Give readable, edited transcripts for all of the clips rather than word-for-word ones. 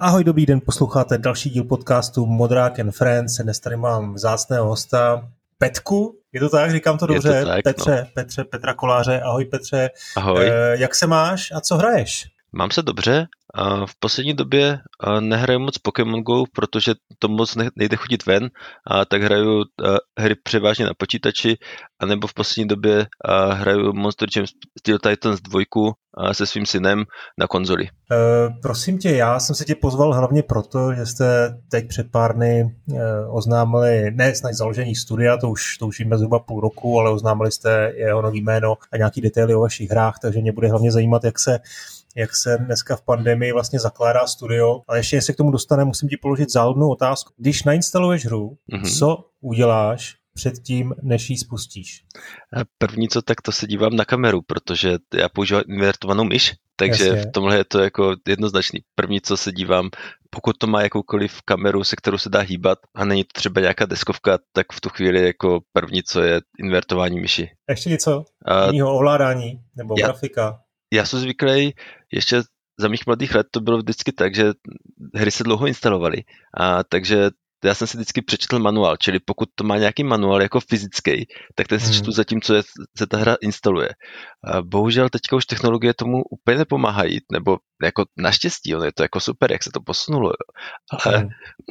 Ahoj, dobrý den, posloucháte další díl podcastu Modrák and Friends. Dnes tady mám vzácného hosta Petku, je to tak, říkám to dobře? To tak, Petra Koláře, ahoj Petře. Ahoj. Jak se máš a co hraješ? Mám se dobře. V poslední době nehraju moc Pokémon Go, protože to moc nejde chodit ven, tak hraju hry převážně na počítači, anebo v poslední době hraju Monster Jam Steel Titans 2 se svým synem na konzoli. Prosím tě, já jsem se tě pozval hlavně proto, že jste teď před pár dny oznámili, ne snad založení studia, to už víme zhruba půl roku, ale oznámili jste jeho nový jméno a nějaký detaily o vašich hrách, takže mě bude hlavně zajímat, jak se dneska v pandemii vlastně zakládá studio. Ale ještě než se k tomu dostane, musím ti položit záludnou otázku. Když nainstaluješ hru, co uděláš předtím, než ji spustíš? První co, tak to se dívám na kameru, protože já používám invertovanou myš, takže Jasně. v tomhle je to jako jednoznačný. První co se dívám, pokud to má jakoukoliv kameru, se kterou se dá hýbat a není to třeba nějaká deskovka, tak v tu chvíli jako první co je invertování myši. Ještě něco? Jinýho ovládání nebo grafika? Já jsem zvyklý, ještě za mých mladých let to bylo vždycky tak, že hry se dlouho instalovaly, takže já jsem si vždycky přečetl manuál, čili pokud to má nějaký manuál jako fyzický, tak ten si čtu za tím, co se ta hra instaluje. Bohužel teďka už technologie tomu úplně nepomáhají, nebo jako naštěstí, ono je to jako super, jak se to posunulo, jo. Ale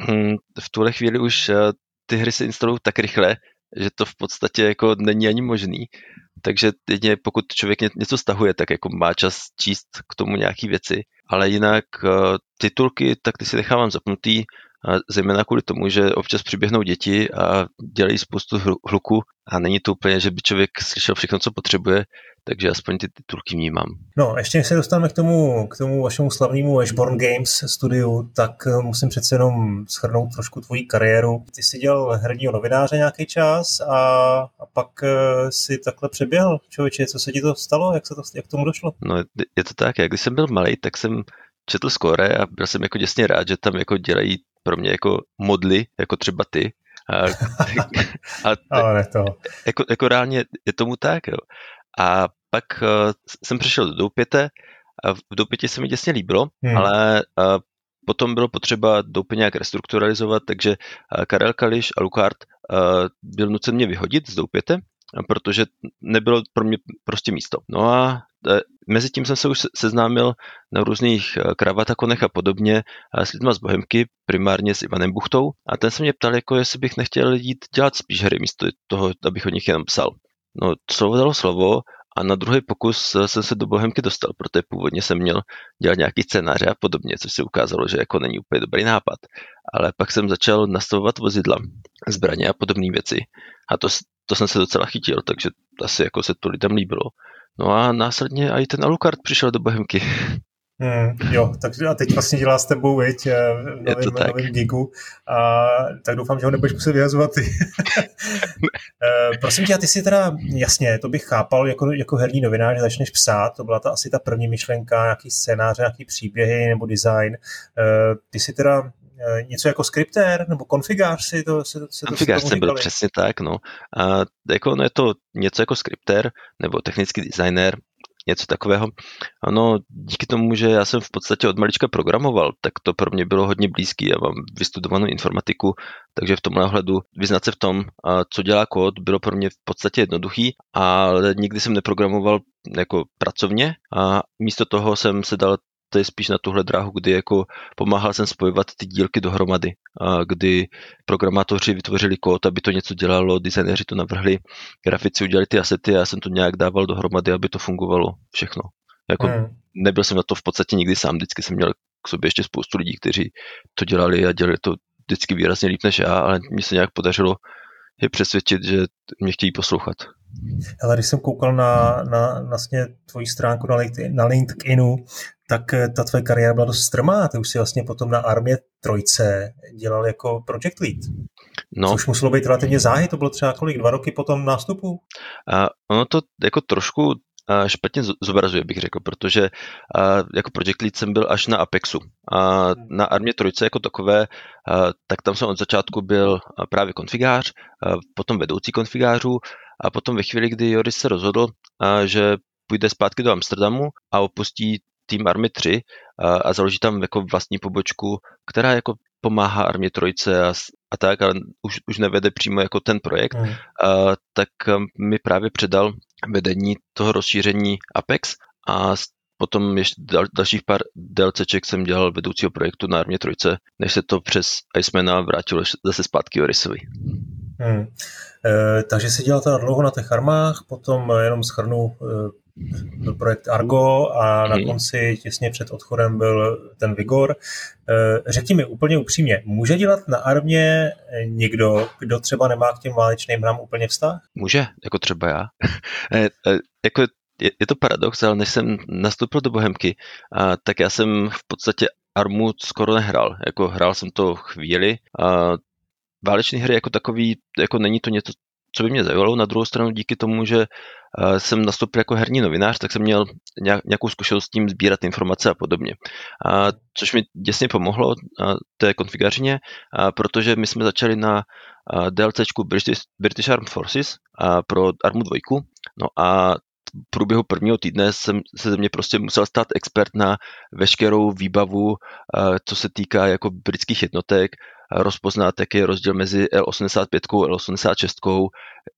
v tuhle chvíli už ty hry se instalují tak rychle, že to v podstatě jako není ani možný. Takže jedině pokud člověk něco stahuje, tak jako má čas číst k tomu nějaký věci. Ale jinak titulky, tak ty si nechávám zapnutý, zejména kvůli tomu, že občas přiběhnou děti a dělají spoustu hluku a není to úplně, že by člověk slyšel všechno, co potřebuje, takže aspoň ty titulky vnímám. No, ještě než se dostaneme k tomu vašemu slavnému Ashborn Games studiu, tak musím přece jenom shrnout trošku tvoji kariéru. Ty jsi dělal herního novináře nějaký čas a pak si takhle přeběhl. Člověče, co se ti to stalo? Jak tomu došlo? No, je to tak, když jsem byl malej, tak jsem četl Score a byl jsem jako děsně rád, že tam jako dělají pro mě jako modly, jako třeba ty. Jako reálně je tomu tak, jo. A pak jsem přešel do Doupěte a v Doupětě se mi děsně líbilo, ale potom bylo potřeba Doupě nějak restrukturalizovat, takže Karel Kališ a Lukard byl nucen mě vyhodit z Doupěte, protože nebylo pro mě prostě místo. No a mezi tím jsem se už seznámil na různých kravatakonech a podobně s lidma z Bohemky, primárně s Ivanem Buchtou, a ten se mě ptal, jako jestli bych nechtěl jít dělat spíš hry místo toho, abych o nich jenom psal. No, slovo dalo slovo a na druhý pokus jsem se do Bohemky dostal, protože původně jsem měl dělat nějaký scénáře a podobně, což se ukázalo, že jako není úplně dobrý nápad. Ale pak jsem začal nastavovat vozidla, zbraně a podobné věci. A to jsem se docela chytil, takže asi jako se to lidem líbilo. No a následně i ten Alucard přišel do Bohemky. Jo, takže a teď vlastně dělá s tebou, viď, v novém gigu, a tak doufám, že ho nebudeš muset vyhazovat ty. Prosím tě, a ty si teda, jasně, to bych chápal jako herní novinář, že začneš psát, to byla asi ta první myšlenka, nějaký scénáře, nějaký příběhy nebo design. Ty si teda něco jako skriptér nebo konfigář Konfigář jsem byl přesně tak, no. A jako je to něco jako skriptér nebo technický designér, něco takového. Ano, díky tomu, že já jsem v podstatě od malička programoval, tak to pro mě bylo hodně blízký. Já mám vystudovanou informatiku, takže v tomhle ohledu vyznat se v tom, co dělá kód, bylo pro mě v podstatě jednoduchý, ale nikdy jsem neprogramoval jako pracovně a místo toho jsem se dal spíš na tuhle dráhu, kdy jako pomáhal jsem spojovat ty dílky dohromady, a kdy programátoři vytvořili kód, aby to něco dělalo, designéři to navrhli, grafici udělali ty asety a já jsem to nějak dával dohromady, aby to fungovalo všechno. Jako nebyl jsem na to v podstatě nikdy sám, vždycky jsem měl k sobě ještě spoustu lidí, kteří to dělali a dělali to vždycky výrazně líp než já, ale mně se nějak podařilo je přesvědčit, že mě chtějí poslouchat. Ale když jsem koukal na vlastně tvoji stránku na LinkedInu, tak ta tvoje kariéra byla dost strmá. Ty už si vlastně potom na Armě 3 dělal jako project lead. No. Což muselo být relativně záhy, to bylo třeba 2 roky po tom nástupu? Ono to jako trošku špatně zobrazuje, bych řekl, protože jako project lead jsem byl až na Apexu. A na Armě 3 jako takové, tak tam jsem od začátku byl právě konfigář, potom vedoucí konfigářů a potom ve chvíli, kdy Joris se rozhodl, že půjde zpátky do Amsterdamu a opustí tým Army 3 a založí tam jako vlastní pobočku, která jako pomáhá Armě 3 a tak, ale už nevede přímo jako ten projekt, tak mi právě předal vedení toho rozšíření Apex a potom ještě dalších pár DLCček jsem dělal vedoucího projektu na Armě 3, než se to přes Icemana vrátilo zase zpátky Orisovi. Takže jsi dělal teda dlouho na těch armách, potom jenom shrnu byl projekt Argo a na konci těsně před odchodem byl ten Vigor. Řekni mi úplně upřímně, může dělat na armě někdo, kdo třeba nemá k těm válečným hrám úplně vztah? Může, jako třeba já. Jako je to paradox, ale než jsem nastoupil do Bohemky, tak já jsem v podstatě armu skoro nehrál. Jako hrál jsem to chvíli. Váleční hry jako takový, jako není to něco, co by mě zajímalo. Na druhou stranu díky tomu, že jsem nastoupil jako herní novinář, tak jsem měl nějakou zkušenost s tím sbírat informace a podobně. Což mi děsně pomohlo té konfiguračně, protože my jsme začali na DLCčku British Armed Forces pro Armu 2. No a v průběhu prvního týdne se ze mě prostě musel stát expert na veškerou výbavu, co se týká jako britských jednotek, rozpoznat, jaký je rozdíl mezi L85 a L86,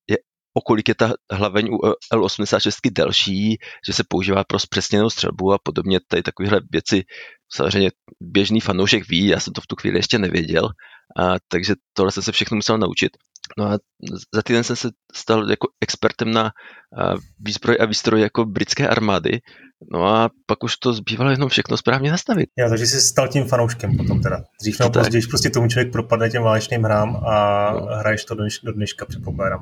o kolik je ta hlaveň u L86 delší, že se používá pro zpřesněnou střelbu a podobně. Tady takovéhle věci samozřejmě běžný fanoušek ví, já jsem to v tu chvíli ještě nevěděl, takže tohle jsem se všechno musel naučit. No a za týden jsem se stal jako expertem na výzbroj a výstroj jako britské armády. No a pak už to zbývalo jenom všechno správně nastavit. Já, takže jsi stal tím fanouškem potom teda. Dřív nebo později prostě tomu člověk propadne těm válečným hrám a hraješ to do dneška, předpokládám.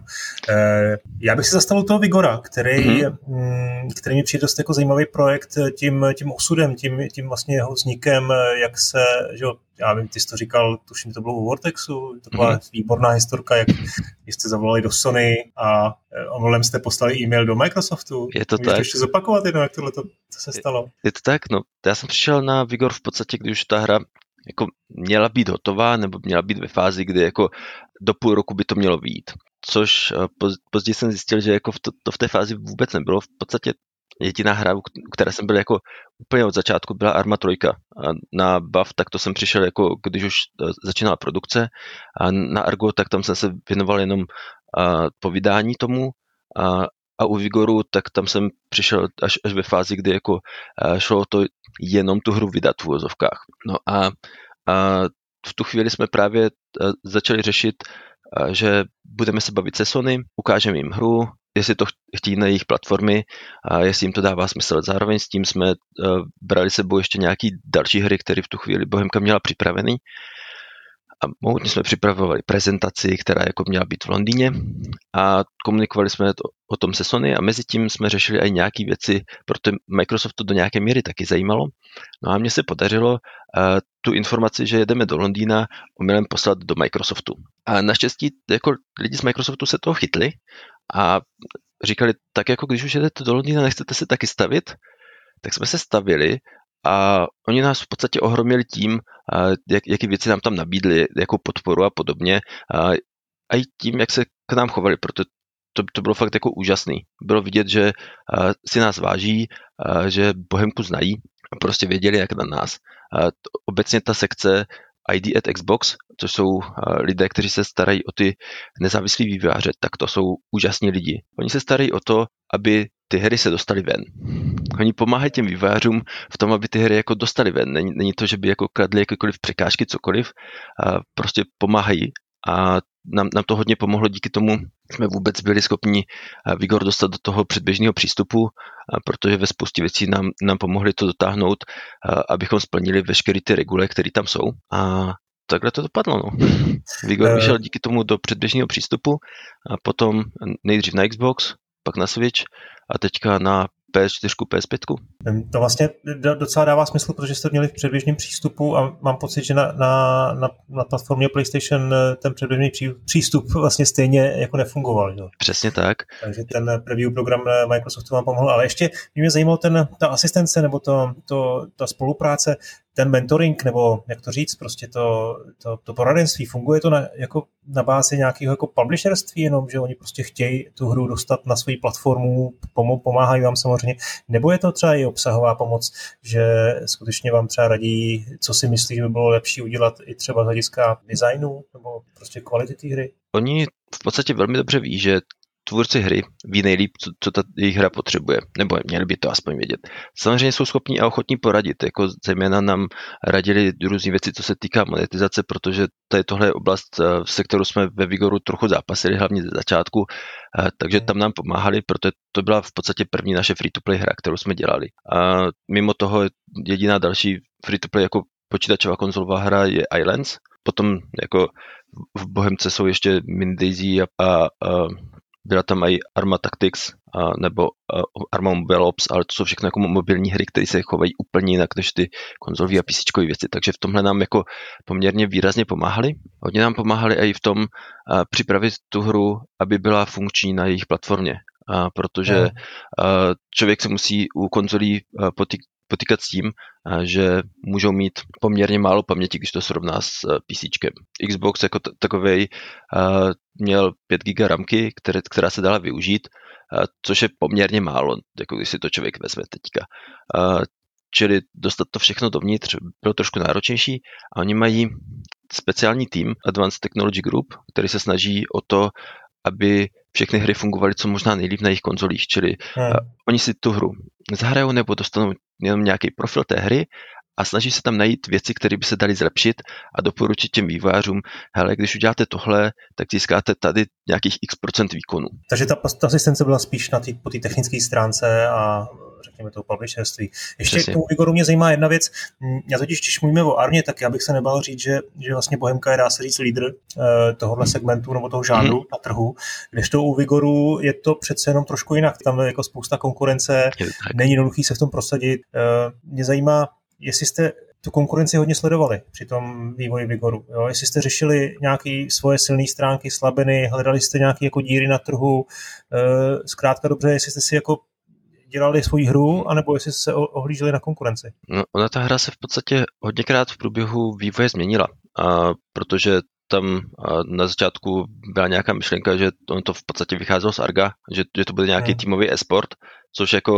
Já bych si zastavil toho Vigora, který mi přijde dost jako zajímavý projekt tím osudem, tím vlastně jeho vznikem, jak se, že já vím, ty jsi to říkal, tuším, to bylo u Vortexu, to byla výborná historka, jak jste zavolali do Sony a omylem jste poslali e-mail do Microsoftu. Je to můžeš tak. ještě zopakovat jedno, jak tohle to se stalo? Je to tak, no. Já jsem přišel na Vigor v podstatě, když už ta hra jako měla být hotová, nebo měla být ve fázi, kdy jako do půl roku by to mělo vyjít. Což později jsem zjistil, že jako to v té fázi vůbec nebylo. V podstatě jediná hra, která jsem byl jako úplně od začátku, byla Arma 3. A na BAF, tak to jsem přišel jako, když už začínala produkce. A na Argo, tak tam jsem se věnoval jenom povídání tomu. A u Vigoru, tak tam jsem přišel až ve fázi, kdy jako šlo to jenom tu hru vydat v uvozovkách. No a v tu chvíli jsme právě začali řešit, že budeme se bavit se Sony, ukážeme jim hru, jestli to chtějí na jejich platformy a jestli jim to dává smysl. Zároveň s tím jsme brali sebou ještě nějaký další hry, které v tu chvíli Bohemka měla připravený. A mohutně jsme připravovali prezentaci, která jako měla být v Londýně a komunikovali jsme o tom se Sony a mezi tím jsme řešili i nějaké věci, protože Microsoft to do nějaké míry taky zajímalo. No a mně se podařilo tu informaci, že jedeme do Londýna, omylem poslat do Microsoftu. A naštěstí jako lidi z Microsoftu se toho chytli a říkali, tak jako když už jedete do Londýna, nechcete se taky stavit? Tak jsme se stavili a oni nás v podstatě ohromili tím, jaký věci nám tam nabídli, jakou podporu a podobně. A i tím, jak se k nám chovali, protože to bylo fakt jako úžasný. Bylo vidět, že si nás váží, že Bohemku znají a prostě věděli, jak na nás. Obecně ta sekce ID at Xbox, což jsou lidé, kteří se starají o ty nezávislí vývojáře, tak to jsou úžasní lidi. Oni se starají o to, aby ty hry se dostaly ven. Oni pomáhají těm vývojářům v tom, aby ty hry jako dostaly ven. Není to, že by jako kladli jakékoliv překážky, cokoliv. Prostě pomáhají a nám to hodně pomohlo, díky tomu jsme vůbec byli schopni Vigor dostat do toho předběžného přístupu, protože ve spoustě věcí nám pomohli to dotáhnout, abychom splnili veškeré ty regule, které tam jsou. A takhle to dopadlo. No. Vigor vyšel díky tomu do předběžného přístupu a potom nejdřív na Xbox, pak na Switch a teďka na PS4, PS5. To vlastně docela dává smysl, protože jste měli v předběžném přístupu a mám pocit, že na platformě PlayStation ten předběžný přístup vlastně stejně jako nefungoval. Jo? Přesně tak. Takže ten preview program Microsoftu vám pomohl, ale ještě mě zajímalo ta asistence nebo ta spolupráce. ten mentoring, nebo jak to říct, prostě to poradenství, funguje to na bázi nějakého jako publisherství, jenom, že oni prostě chtějí tu hru dostat na svou platformu, pomáhají vám samozřejmě, nebo je to třeba i obsahová pomoc, že skutečně vám třeba radí, co si myslí, že by bylo lepší udělat i třeba z hlediska designu, nebo prostě kvality té hry? Oni v podstatě velmi dobře ví, že tvůrci hry ví nejlíp, co ta jejich hra potřebuje, nebo měli by to aspoň vědět. Samozřejmě jsou schopní a ochotní poradit, jako zejména nám radili různé věci, co se týká monetizace, protože tohle je oblast, se kterou jsme ve Vigoru trochu zápasili, hlavně ze začátku, takže tam nám pomáhali, protože to byla v podstatě první naše free-to-play hra, kterou jsme dělali. A mimo toho jediná další free-to-play jako počítačová konzolová hra je Islands, potom jako v Bohemce jsou ještě Mini Daisy a byla tam i Arma Tactics nebo Arma Mobile Ops, ale to jsou všechno jako mobilní hry, které se chovají úplně jinak než ty konzolové a PCčkové věci. Takže v tomhle nám jako poměrně výrazně pomáhali. Hodně nám pomáhali i v tom připravit tu hru, aby byla funkční na jejich platformě. Protože člověk se musí u konzolí potýkat s tím, že můžou mít poměrně málo paměti, když to srovná s PCčkem. Xbox jako takovej měl 5 GB ramky, která se dala využít, což je poměrně málo, jako když si to člověk vezme teďka. Čili dostat to všechno dovnitř bylo trošku náročnější a oni mají speciální tým Advanced Technology Group, který se snaží o to, aby všechny hry fungovaly co možná nejlíp na jejich konzolích, čili oni si tu hru zahrajou nebo dostanou jenom nějaký profil té hry a snaží se tam najít věci, které by se daly zlepšit a doporučit těm vývojářům, hele, když uděláte tohle, tak získáte tady nějakých x% výkonu. Takže ta asistence byla spíš po té technické stránce a řekněme toho publisherství. Ještě k tomu Vigoru mě zajímá jedna věc. Já totiž, když mluvíme o Armě, tak já bych se nebál říct, že vlastně Bohemka je, dá se říct, lídr tohohle segmentu nebo toho žánru na trhu, kdežto u Vigoru je to přece jenom trošku jinak. Tam je jako spousta konkurence, není jednoduchý se v tom prosadit. Mě zajímá, jestli jste tu konkurenci hodně sledovali při tom vývoji Vigoru. Jo? Jestli jste řešili nějaké svoje silné stránky, slabiny, hledali jste nějaké jako díry na trhu, zkrátka dobře, jestli jste si jako dělali svoji hru, anebo jestli se ohlíželi na konkurenci? No, ona ta hra se v podstatě hodněkrát v průběhu vývoje změnila, protože tam na začátku byla nějaká myšlenka, že on to v podstatě vycházelo z Arga, že to bude nějaký týmový e-sport, což jako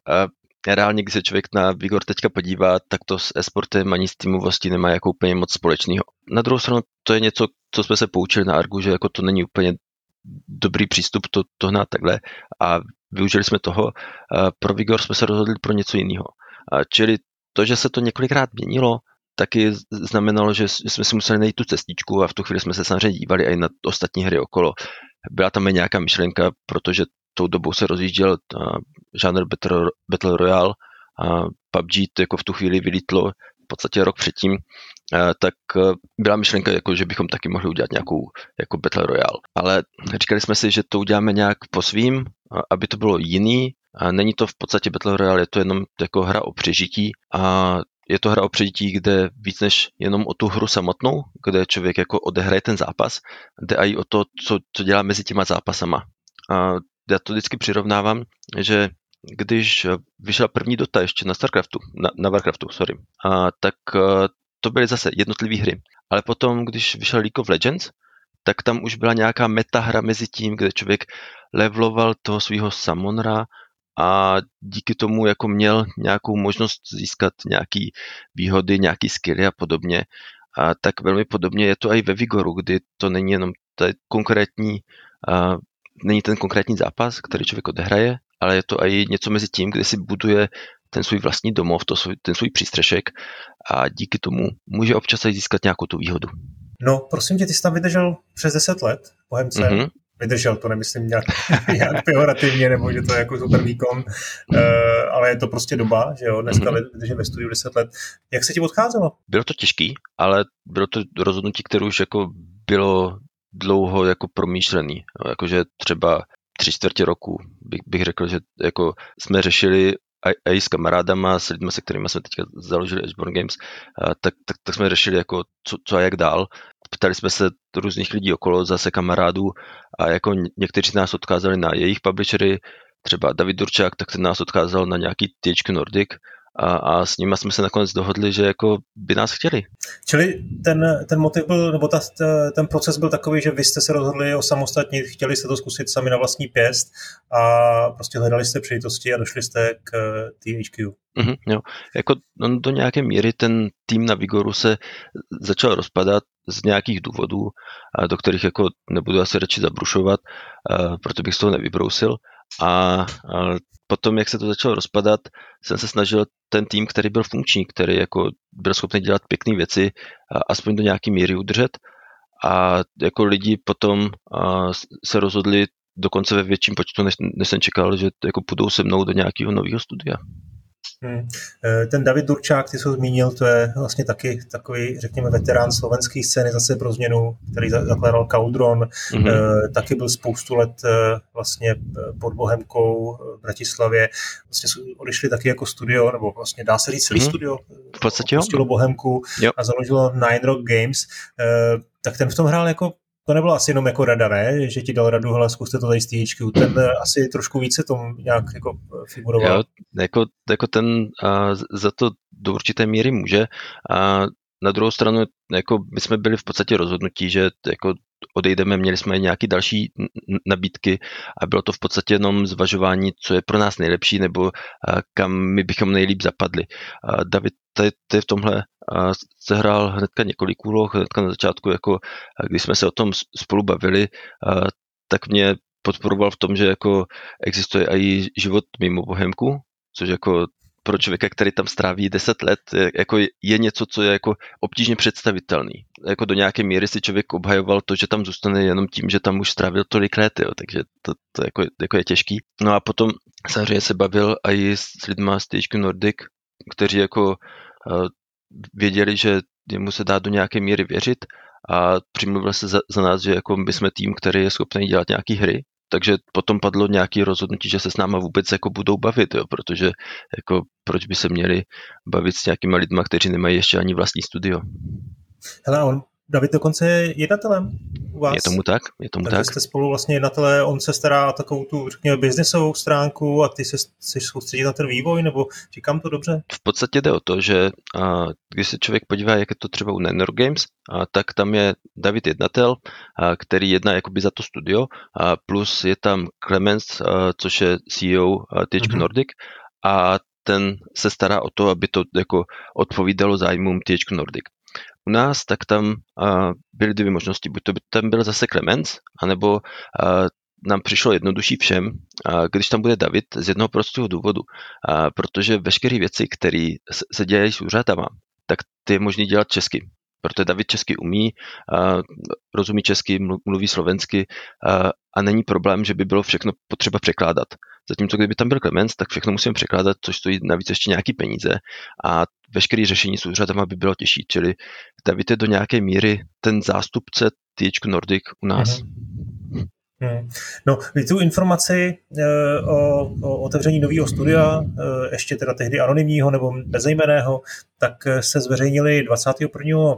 reálně, když se člověk na Vigor teďka podívá, tak to s e-sportem ani s týmovostí nemá jako úplně moc společného. Na druhou stranu to je něco, co jsme se poučili na Argu, že jako to není úplně dobrý přístup to hnát takhle a využili jsme toho. Pro Vigor jsme se rozhodli pro něco jiného. Čili to, že se to několikrát měnilo, taky znamenalo, že jsme si museli najít tu cestičku a v tu chvíli jsme se samozřejmě dívali i na ostatní hry okolo. Byla tam i nějaká myšlenka, protože tou dobou se rozjížděl žánr Battle Royale a PUBG to jako v tu chvíli vylítlo v podstatě rok předtím, tak byla myšlenka, jako, že bychom taky mohli udělat nějakou jako Battle Royale. Ale říkali jsme si, že to uděláme nějak po svým, aby to bylo jiný. A není to v podstatě Battle Royale, je to jenom jako hra o přežití a je to hra o přežití, kde víc než jenom o tu hru samotnou, kde člověk jako odehraje ten zápas, jde i o to, co dělá mezi těma zápasama. A já to vždycky přirovnávám, že když vyšla první Dota ještě na Warcraftu, tak to byly zase jednotlivé hry. Ale potom, když vyšel League of Legends, tak tam už byla nějaká metahra mezi tím, kde člověk leveloval toho svého summonera a díky tomu jako měl nějakou možnost získat nějaký výhody, nějaký skilly a podobně. A tak velmi podobně je to i ve Vigoru, kdy to není jenom není ten konkrétní zápas, který člověk odehraje, ale je to i něco mezi tím, kde si buduje ten svůj vlastní domov, ten svůj přístřešek a díky tomu může občas i získat nějakou tu výhodu. No, prosím tě, ty jsi tam vydržel přes 10 let v Bohemce. Mm-hmm. Vydržel, to nemyslím nějak pejorativně, nebo že to je jako super výkon, ale je to prostě doba, že jo, dneska vydržel ve studiu 10 let. Jak se ti odcházelo? Bylo to těžký, ale bylo to rozhodnutí, které už jako bylo dlouho jako promýšlený. Jakože třeba 3/4 roku bych řekl, že jako jsme řešili i s kamarádama, s lidmi, se kterými jsme teďka založili Ashborn Games, tak jsme řešili jako co a jak dál. Ptali jsme se různých lidí okolo, zase kamarádů a jako někteří nás odkázali na jejich publishery, třeba David Durčák, tak ten nás odkázal na nějaký THQ Nordic a s nimi jsme se nakonec dohodli, že jako by nás chtěli. Čili ten motiv byl, nebo ten proces byl takový, že vy jste se rozhodli osamostatnit, chtěli jste to zkusit sami na vlastní pěst a prostě hledali jste příležitosti a došli jste k THQ. Jo. Jako do nějaké míry ten tým na Vigoru se začal rozpadat z nějakých důvodů, do kterých jako nebudu asi radši zabrušovat, proto bych z toho nevybrousil. A potom, jak se to začalo rozpadat, jsem se snažil ten tým, který byl funkční, který jako byl schopný dělat pěkné věci, aspoň do nějaké míry udržet. A jako lidi potom se rozhodli dokonce ve větším počtu, než jsem čekal, že jako půjdou se mnou do nějakého nového studia. Ten David Durčák, ty jsi ho zmínil, to je vlastně taky takový, řekněme, veterán slovenské scény zase pro změnu, který zakládal Kaudron, taky byl spoustu let vlastně pod Bohemkou v Bratislavě, vlastně odešli taky jako studio, nebo vlastně dá se říct celý studio, v podstatě opustilo Bohemku a založilo Nine Rock Games, tak ten v tom hrál jako. To nebylo asi jenom jako rada, ne? Že ti dal radu, hele, zkuste to tady z THQ. Ten asi trošku více tom nějak jako figuroval. Jo, jako ten za to do určité míry může. A na druhou stranu, jako my jsme byli v podstatě rozhodnutí, že jako odejdeme, měli jsme nějaké další nabídky a bylo to v podstatě jenom zvažování, co je pro nás nejlepší nebo kam my bychom nejlíp zapadli. David v tomhle sehrál hnedka několik úloh, hnedka na začátku, jako když jsme se o tom spolu bavili, tak mě podporoval v tom, že jako existuje i život mimo Bohemku, což jako pro člověka, který tam stráví 10 let, jako je něco, co je jako obtížně představitelný. Jako do nějaké míry si člověk obhajoval to, že tam zůstane jenom tím, že tam už strávil tolik let, jo, takže to jako je těžký. No a potom samozřejmě se bavil i s lidma z THQ Nordic, kteří jako věděli, že mu se dá do nějaké míry věřit a přimluvil se za nás, že jako my jsme tým, který je schopný dělat nějaký hry. Takže potom padlo nějaké rozhodnutí, že se s náma vůbec jako budou bavit, jo, protože jako proč by se měli bavit s nějakýma lidma, kteří nemají ještě ani vlastní studio. Hele, David dokonce je jednatelem u vás. Je tomu tak. Takže jste spolu vlastně jednatelé, on se stará o takovou tu, řekněme, biznesovou stránku a ty se chceš soustředit na ten vývoj, nebo říkám to dobře? V podstatě jde o to, že když se člověk podívá, jak je to třeba u Nine Rock Games, tak tam je David jednatel, který jedná jakoby za to studio, plus je tam Clemens, což je CEO THQ Nordic, a ten se stará o to, aby to jako odpovídalo zájmům THQ Nordic. U nás tak tam byly dvě možnosti, buď to by tam byl zase Clemens, anebo nám přišlo jednodušší všem, když tam bude David z jednoho prostého důvodu, protože veškeré věci, které se dělají s úřadama, tak ty je možné dělat česky. Protože David česky umí, rozumí česky, mluví slovensky a není problém, že by bylo všechno potřeba překládat. Zatímco kdyby tam byl Clemens, tak všechno musíme překládat, což stojí navíc ještě nějaký peníze a veškeré řešení s úřadama by bylo těžší. Čili David je do nějaké míry ten zástupce THQ Nordic u nás. No, vy tu informaci o otevření nového studia, ještě teda tehdy anonymního nebo bezejmenného, tak se zveřejnili 21.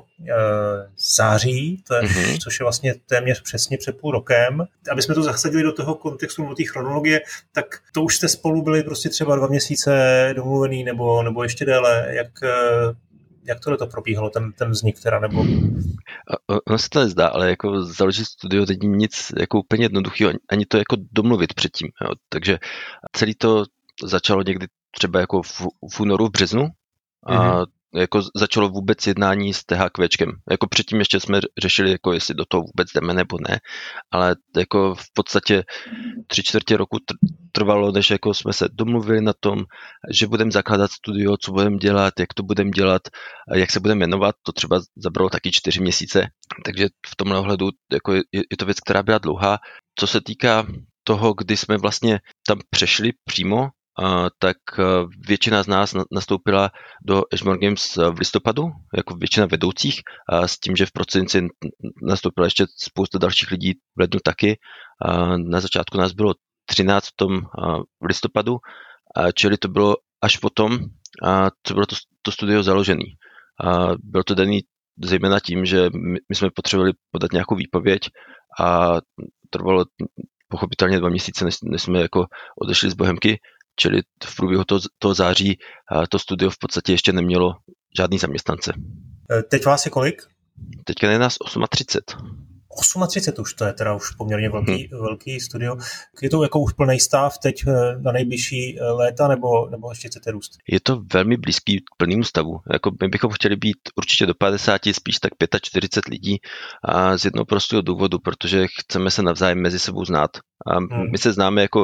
září, což je vlastně téměř přesně před půl rokem. Aby jsme to zasadili do toho kontextu, do té chronologie, tak to už jste spolu byli prostě třeba 2 měsíce domluvený nebo ještě déle, jak tohle to probíhalo, ten vznik teda, nebo... Ono se to nezdá, ale jako založit studio není nic jako úplně jednoduchého, ani to jako domluvit předtím, jo. Takže celý to začalo někdy třeba jako v únoru, v březnu a jako začalo vůbec jednání s THQčkem. Jako předtím ještě jsme řešili, jako jestli do toho vůbec jdeme nebo ne, ale jako v podstatě 3/4 roku trvalo, než jako jsme se domluvili na tom, že budeme zakládat studio, co budeme dělat, jak to budeme dělat, jak se budeme jmenovat, to třeba zabralo taky 4 měsíce, takže v tomhle ohledu jako je to věc, která byla dlouhá. Co se týká toho, kdy jsme vlastně tam přešli přímo, tak většina z nás nastoupila do Ashmore Games v listopadu, jako většina vedoucích, s tím, že v prosinci nastoupila ještě spousta dalších lidí, v lednu taky. Na začátku nás bylo 13 v listopadu, čili to bylo až potom, co bylo to studio založené. Bylo to daný zejména tím, že my jsme potřebovali podat nějakou výpověď a trvalo pochopitelně 2 měsíce, než jsme jako odešli z Bohemky, čili v průběhu toho září to studio v podstatě ještě nemělo žádný zaměstnance. Teď vás je kolik? Teďka je nás 38. 38 už, to je teda už poměrně velký studio. Je to jako už plný stav teď na nejbližší léta, nebo ještě chcete růst? Je to velmi blízký k plnému stavu. Jako my bychom chtěli být určitě do 50, spíš tak 45 lidí a z jednoho prostého důvodu, protože chceme se navzájem mezi sebou znát. A my se známe jako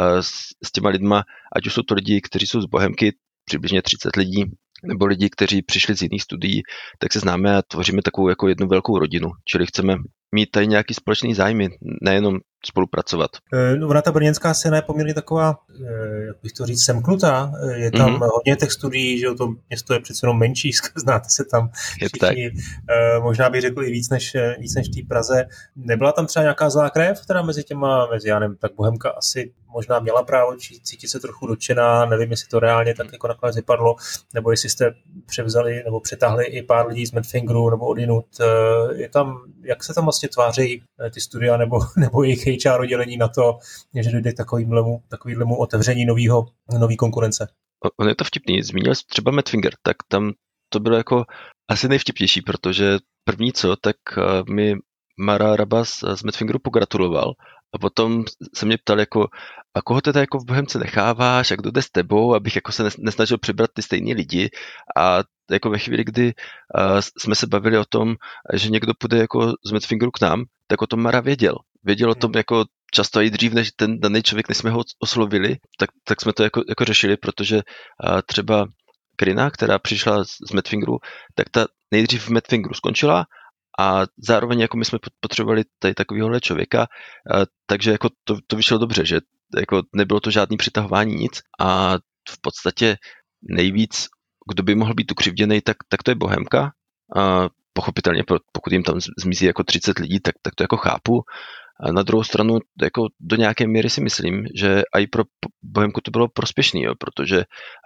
s těma lidma, ať už jsou to lidi, kteří jsou z Bohemky, přibližně 30 lidí, nebo lidi, kteří přišli z jiných studií, tak se známe a tvoříme takovou jako jednu velkou rodinu. Čili chceme mít tady nějaký společný zájmy, nejenom spolupracovat. Ona ta brněnská scéna je poměrně taková, jak bych to říct, semknutá. Je tam hodně těch studií, že to město je přece jenom menší, znáte se tam všichni. Možná bych řekl i víc než v té Praze. Nebyla tam třeba nějaká zlá krev, teda mezi já nevím, tak Bohemka asi možná měla právo cítit se trochu dotčená, nevím, jestli to reálně tak jako nakonec vypadlo, nebo jestli jste převzali nebo přetáhli i pár lidí z Madfingeru nebo odinut. Je tam, jak se tam vlastně tváří ty studia nebo jejich HR oddělení na to, že dojde k takovýhlemu otevření nový konkurence? On je to vtipný. Zmínil jsi třeba Madfinger, tak tam to bylo jako asi nejvtipnější, protože první tak mi Mara Rabas z Madfingeru pogratuloval a potom se mě ptal jako, a koho teda jako v Bohemce necháváš a kdo jde s tebou, abych jako se nesnažil přibrat ty stejný lidi a jako ve chvíli, kdy jsme se bavili o tom, že někdo půjde jako z Madfingeru k nám, tak o tom Mara věděl. Věděl o tom jako často i dřív, než ten daný člověk, než jsme ho oslovili, tak jsme to jako řešili, protože třeba Krina, která přišla z Madfingeru, tak ta nejdřív v Madfingeru skončila a zároveň jako my jsme potřebovali tady takovýhle člověka, takže jako to vyšlo dobře, že jako nebylo to žádný přitahování nic a v podstatě nejvíc, kdo by mohl být ukřivděnej, tak to je Bohemka. A pochopitelně, pokud jim tam zmizí jako 30 lidí, tak to jako chápu. A na druhou stranu jako do nějaké míry si myslím, že i pro Bohemku to bylo prospěšný, protože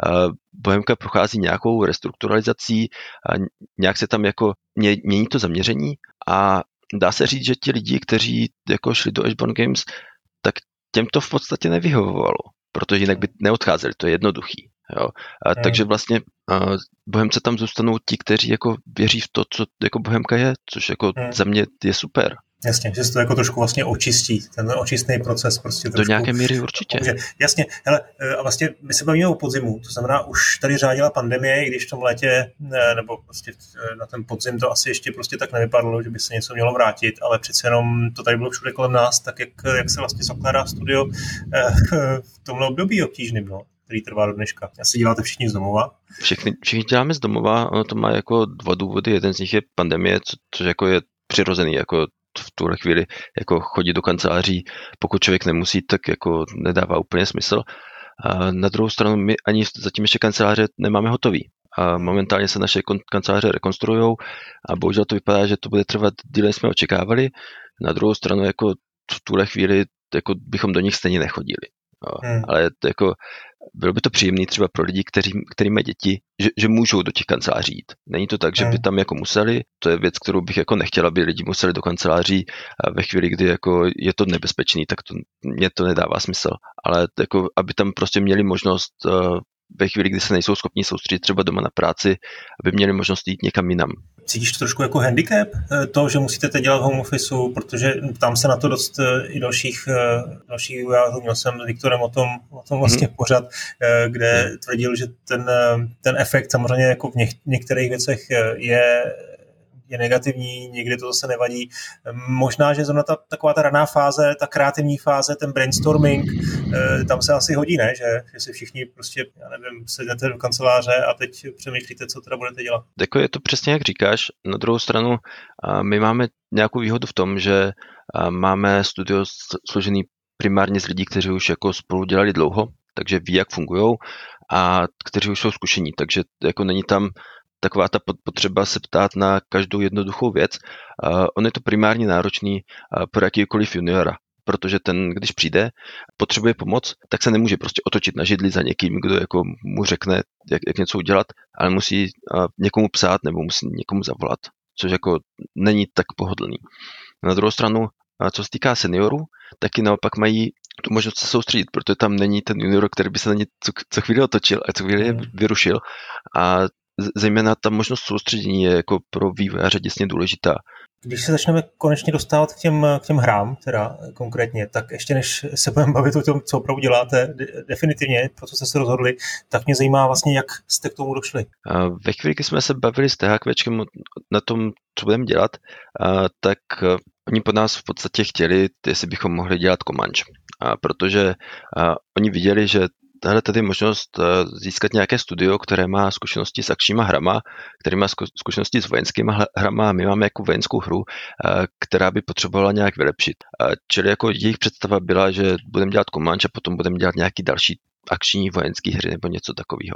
Bohemka prochází nějakou restrukturalizací, nějak se tam jako mění to zaměření a dá se říct, že ti lidi, kteří jako šli do Ashbourne Games, tak těm to v podstatě nevyhovovalo, protože jinak by neodcházeli, to je jednoduchý. Jo. Takže vlastně Bohemce tam zůstanou ti, kteří jako věří v to, co jako Bohemka je, což jako za mě je super. Jasně, že se to jako trošku vlastně očistí, ten očistný proces prostě trošku. Do nějaké míry určitě. Jasně, hele, a vlastně my se bavíme o podzimu, to znamená, už tady řádila pandemie, i když v tom létě, nebo prostě na ten podzim to asi ještě prostě tak nevypadlo, že by se něco mělo vrátit, ale přece jenom to tady bylo všude kolem nás, tak jak se vlastně zakládá studio v tomhle období obtížným, no, který trvá do dneška. Asi děláte všichni z domova? Všichni děláme z domova, ono to má jako dva důvody, jeden z nich je pandemie, což jako je přirozený, jako v tuhle chvíli jako chodit do kanceláří, pokud člověk nemusí, tak jako nedává úplně smysl. A na druhou stranu my ani zatím ještě kanceláře nemáme hotový. A momentálně se naše kanceláře rekonstruujou a bohužel to vypadá, že to bude trvat díl, než jsme očekávali. Na druhou stranu jako v tuhle chvíli jako bychom do nich stejně nechodili. Ale jako bylo by to příjemné třeba pro lidi, kteří mají děti, že můžou do těch kanceláří jít. Není to tak, že by tam jako museli, to je věc, kterou bych jako nechtěla, aby lidi museli do kanceláří a ve chvíli, kdy jako je to nebezpečný, tak mně to nedává smysl. Ale jako, aby tam prostě měli možnost ve chvíli, kdy se nejsou schopni soustředit třeba doma na práci, aby měli možnost jít někam jinam. Cítíš to trošku jako handicap, to, že musíte teď dělat home officeu, protože tam se na to dost i dalších vývojářů, měl jsem s Viktorem o tom vlastně pořad, kde tvrdil, že ten efekt samozřejmě jako v některých věcech je negativní, někdy to zase nevadí. Možná, že zrovna taková ta raná fáze, ta kreativní fáze, ten brainstorming, tam se asi hodí, ne? Že si všichni prostě, já nevím, sednete do kanceláře a teď přemýšlíte, co teda budete dělat. Jako je to přesně, jak říkáš. Na druhou stranu my máme nějakou výhodu v tom, že máme studio složený primárně z lidí, kteří už jako spolu dělali dlouho, takže ví, jak fungujou a kteří už jsou zkušení, takže jako není tam taková ta potřeba se ptát na každou jednoduchou věc. On je to primárně náročný pro jakýkoliv juniora, protože ten, když přijde, potřebuje pomoc, tak se nemůže prostě otočit na židli za někým, kdo jako mu řekne, jak něco udělat, ale musí někomu psát nebo musí někomu zavolat, což jako není tak pohodlný. Na druhou stranu, co se týká seniorů, taky naopak mají tu možnost se soustředit, protože tam není ten junior, který by se na ně co chvíli otočil a co chvíli je vyrušil. A zejména ta možnost soustředění je jako pro vývojáře děsně důležitá. Když se začneme konečně dostávat k těm hrám, teda konkrétně, tak ještě než se budeme bavit o tom, co opravdu děláte definitivně, pro co jste se rozhodli, tak mě zajímá vlastně, jak jste k tomu došli. Ve chvíli, kdy jsme se bavili s THQčkem na tom, co budeme dělat, tak oni po nás v podstatě chtěli, jestli bychom mohli dělat Comanche, protože oni viděli, že tady je možnost získat nějaké studio, které má zkušenosti s akčníma hrama, které má zkušenosti s vojenskýma hrama a my máme jako vojenskou hru, která by potřebovala nějak vylepšit. Čili jako jejich představa byla, že budeme dělat Comanche a potom budeme dělat nějaký další akční vojenský hry nebo něco takového.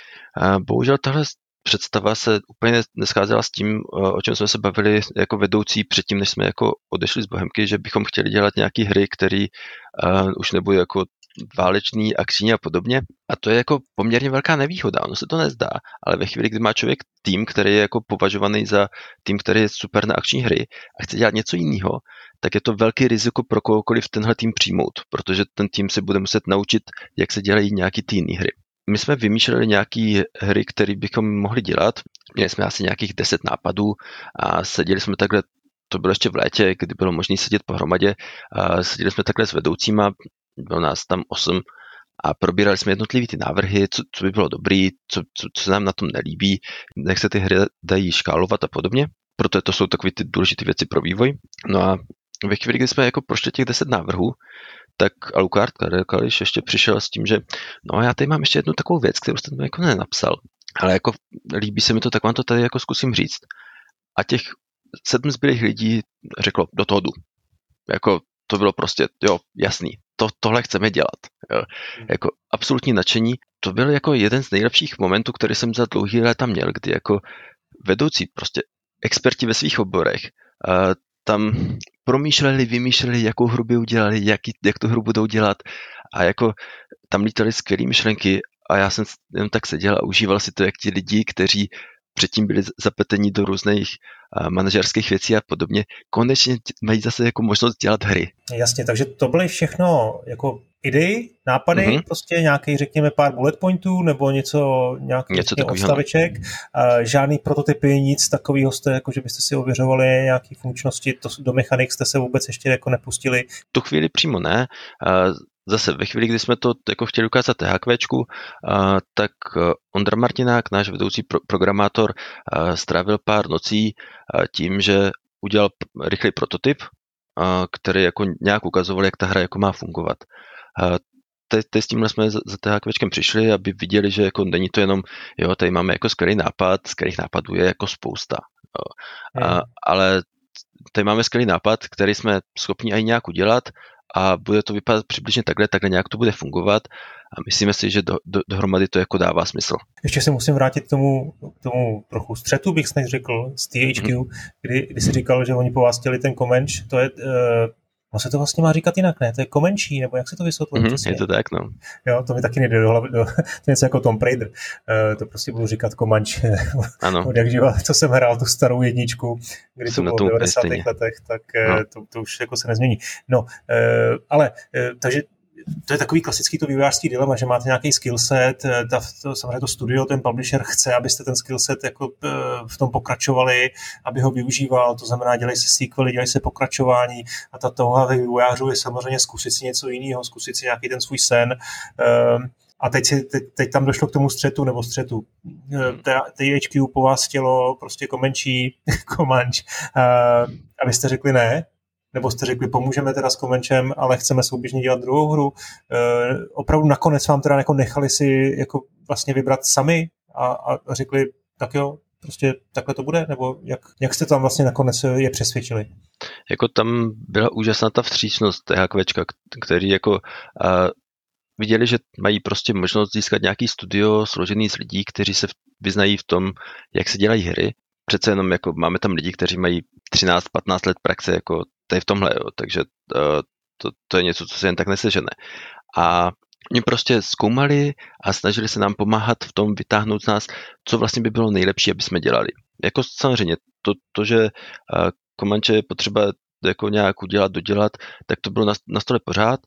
Bohužel tahle představa se úplně nescházela s tím, o čem jsme se bavili jako vedoucí předtím, než jsme jako odešli z Bohemky, že bychom chtěli dělat nějaké hry, které už nebude jako válečný, akční a podobně. A to je jako poměrně velká nevýhoda, ono se to nezdá, ale ve chvíli, kdy má člověk tým, který je jako považovaný za tým, který je super na akční hry a chce dělat něco jiného, tak je to velký riziko pro kohokoliv tenhle tým přijmout, protože ten tým se bude muset naučit, jak se dělají nějaký ty jiné hry. My jsme vymýšleli nějaké hry, které bychom mohli dělat. Měli jsme asi nějakých 10 nápadů a seděli jsme takhle, to bylo ještě v létě, kdy bylo možné sedět pohromadě, a seděli jsme takhle s vedoucíma, bylo nás tam 8 a probírali jsme jednotlivý ty návrhy, co by bylo dobrý, co se nám na tom nelíbí, jak se ty hry dají škálovat a podobně. Proto to jsou takové ty důležité věci pro vývoj. No a ve chvíli, kdy jsme jako prošli těch 10 návrhů, tak Alucard Kališ ještě přišel s tím, že no já tady mám ještě jednu takovou věc, kterou jste jako nenapsal, ale jako líbí se mi to, tak vám to tady jako zkusím říct. A těch 7 zbylých lidí řeklo, do toho jdu. Jako to bylo prostě, jo, jasný, tohle chceme dělat. Jo. Jako absolutní nadšení. To byl jako jeden z nejlepších momentů, který jsem za dlouhý léta měl, kdy jako vedoucí, prostě experti ve svých oborech, tam vymýšleli, jakou hru by udělali, jak tu hru budou dělat a jako tam lítaly skvělé myšlenky a já jsem jen tak seděl a užíval si to, jak ti lidi, kteří předtím byli zapletení do různých manažerských věcí a podobně, konečně mají zase jako možnost dělat hry. Jasně, takže to byly všechno jako idei, nápady, prostě nějaký, řekněme, pár bullet pointů nebo nějaký odstaveček, žádný prototypy, nic takového jste, jako že byste si ověřovali nějaké funkčnosti, do mechanik jste se vůbec ještě jako nepustili? Tu chvíli přímo ne. Zase ve chvíli, kdy jsme to jako chtěli ukázat THQčku, tak Ondra Martinák, náš vedoucí programátor, strávil pár nocí tím, že udělal rychlý prototyp, který jako nějak ukazoval, jak ta hra jako má fungovat. S tímhle jsme za THQčkem přišli, aby viděli, že jako není to jenom, jo, tady máme jako skvělý nápad, skvělých nápadů je jako spousta. Ale tady máme skvělý nápad, který jsme schopni i nějak udělat a bude to vypadat přibližně takhle nějak to bude fungovat a myslíme si, že dohromady to jako dává smysl. Ještě se musím vrátit k tomu trochu střetu, bych snad řekl, z THQ, kdy jsi říkal, že oni po vás chtěli ten Comanche, to je... No se to vlastně má říkat jinak, ne? To je Comanche, nebo jak se to vysvětluje? Je to tak, no. Jo, to mi taky nejde do hlavy, to je něco jako Tomb Raider. To prostě budu říkat Comanche. Ano. Od jak živa, co jsem hrál tu starou jedničku, kdy to bylo v 90. letech, tak to už jako se nezmění. No, ale takže to je takový klasický to vývojářský dilema, že máte nějaký skillset, samozřejmě to studio, ten publisher chce, abyste ten skillset jako v tom pokračovali, aby ho využíval, to znamená, dělají se sequely, dělají se pokračování a ta touha vývojářů je samozřejmě zkusit si něco jiného, zkusit si nějaký ten svůj sen. A teď tam došlo k tomu střetu. THQ po vás chtělo prostě Comanche, abyste řekli ne, nebo jste řekli, pomůžeme teda s Comanchem, ale chceme souběžně dělat druhou hru. Opravdu nakonec vám teda jako nechali si jako vlastně vybrat sami a řekli, tak jo, prostě takhle to bude, nebo jak jste tam vlastně nakonec je přesvědčili? Jako tam byla úžasná ta vstřícnost THQčka, který jako viděli, že mají prostě možnost získat nějaký studio složený z lidí, kteří se vyznají v tom, jak se dělají hry. Přece jenom jako máme tam lidi, kteří mají 13-15 let praxe jako tady v tomhle, jo, takže to je něco, co se jen tak nesežene. A oni prostě zkoumali a snažili se nám pomáhat v tom vytáhnout z nás, co vlastně by bylo nejlepší, aby jsme dělali. Jako samozřejmě to že Comanche je potřeba jako nějak dodělat, tak to bylo na stole pořád,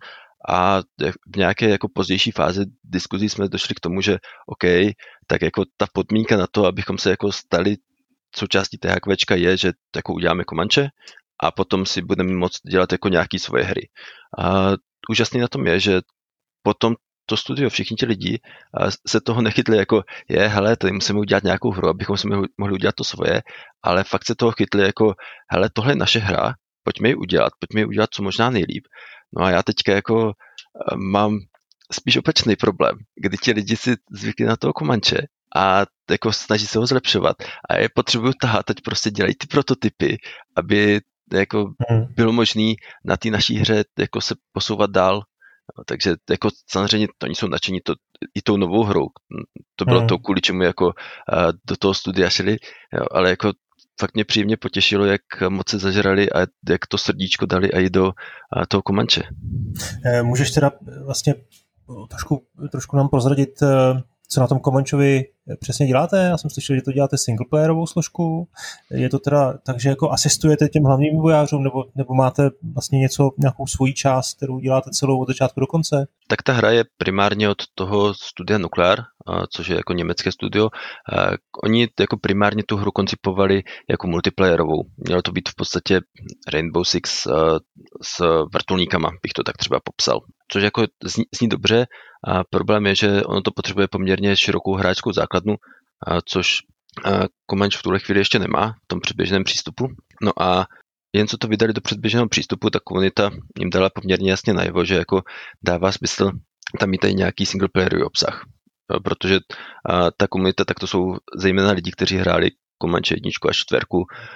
a v nějaké jako pozdější fázi diskuzí jsme došli k tomu, že OK, tak jako ta podmínka na to, abychom se jako stali součástí té HQčka je, že jako uděláme Comanche a potom si budeme moct dělat jako nějaký svoje hry. A úžasný na tom je, že potom to studio, všichni ti lidi se toho nechytli jako hele, tady musíme udělat nějakou hru, abychom si mohli udělat to svoje, ale fakt se toho chytli jako hele, tohle je naše hra, pojďme ji udělat co možná nejlíp. No a já teďka jako mám spíš opačný problém, kdy ti lidi si zvykli na toho Comanche a jako snaží se ho zlepšovat a je potřebuju tahat, teď prostě dělají ty prototypy, aby jako bylo možné na té naší hře jako se posouvat dál. No, takže jako samozřejmě to oni jsou nadšení i tou novou hrou. To bylo to, kvůli čemu jako do toho studia šli, jo, ale jako fakt mě příjemně potěšilo, jak moc se zažrali a jak to srdíčko dali i do toho Comanche. Můžeš teda vlastně trošku nám prozradit, co na tom Comanchovi přesně děláte? Já jsem slyšel, že to děláte singleplayerovou složku. Je to teda tak, že jako asistujete těm hlavním vývojářům, nebo máte vlastně nějakou svoji část, kterou děláte celou od začátku do konce? Tak ta hra je primárně od toho studia Nuclear, což je jako německé studio. Oni jako primárně tu hru koncipovali jako multiplayerovou. Mělo to být v podstatě Rainbow Six s vrtulníkama, bych to tak třeba popsal. Což jako zní dobře a problém je, že ono to potřebuje poměrně širokou hráčskou základnu, což Comanche v tuhle chvíli ještě nemá v tom předběžném přístupu. No a jen co to vydali do předběžného přístupu, ta komunita jim dala poměrně jasně najevo, že jako dává smysl tam mít tady nějaký singleplayerový obsah. Protože ta komunita, tak to jsou zejména lidi, kteří hráli Comanche 1 až 4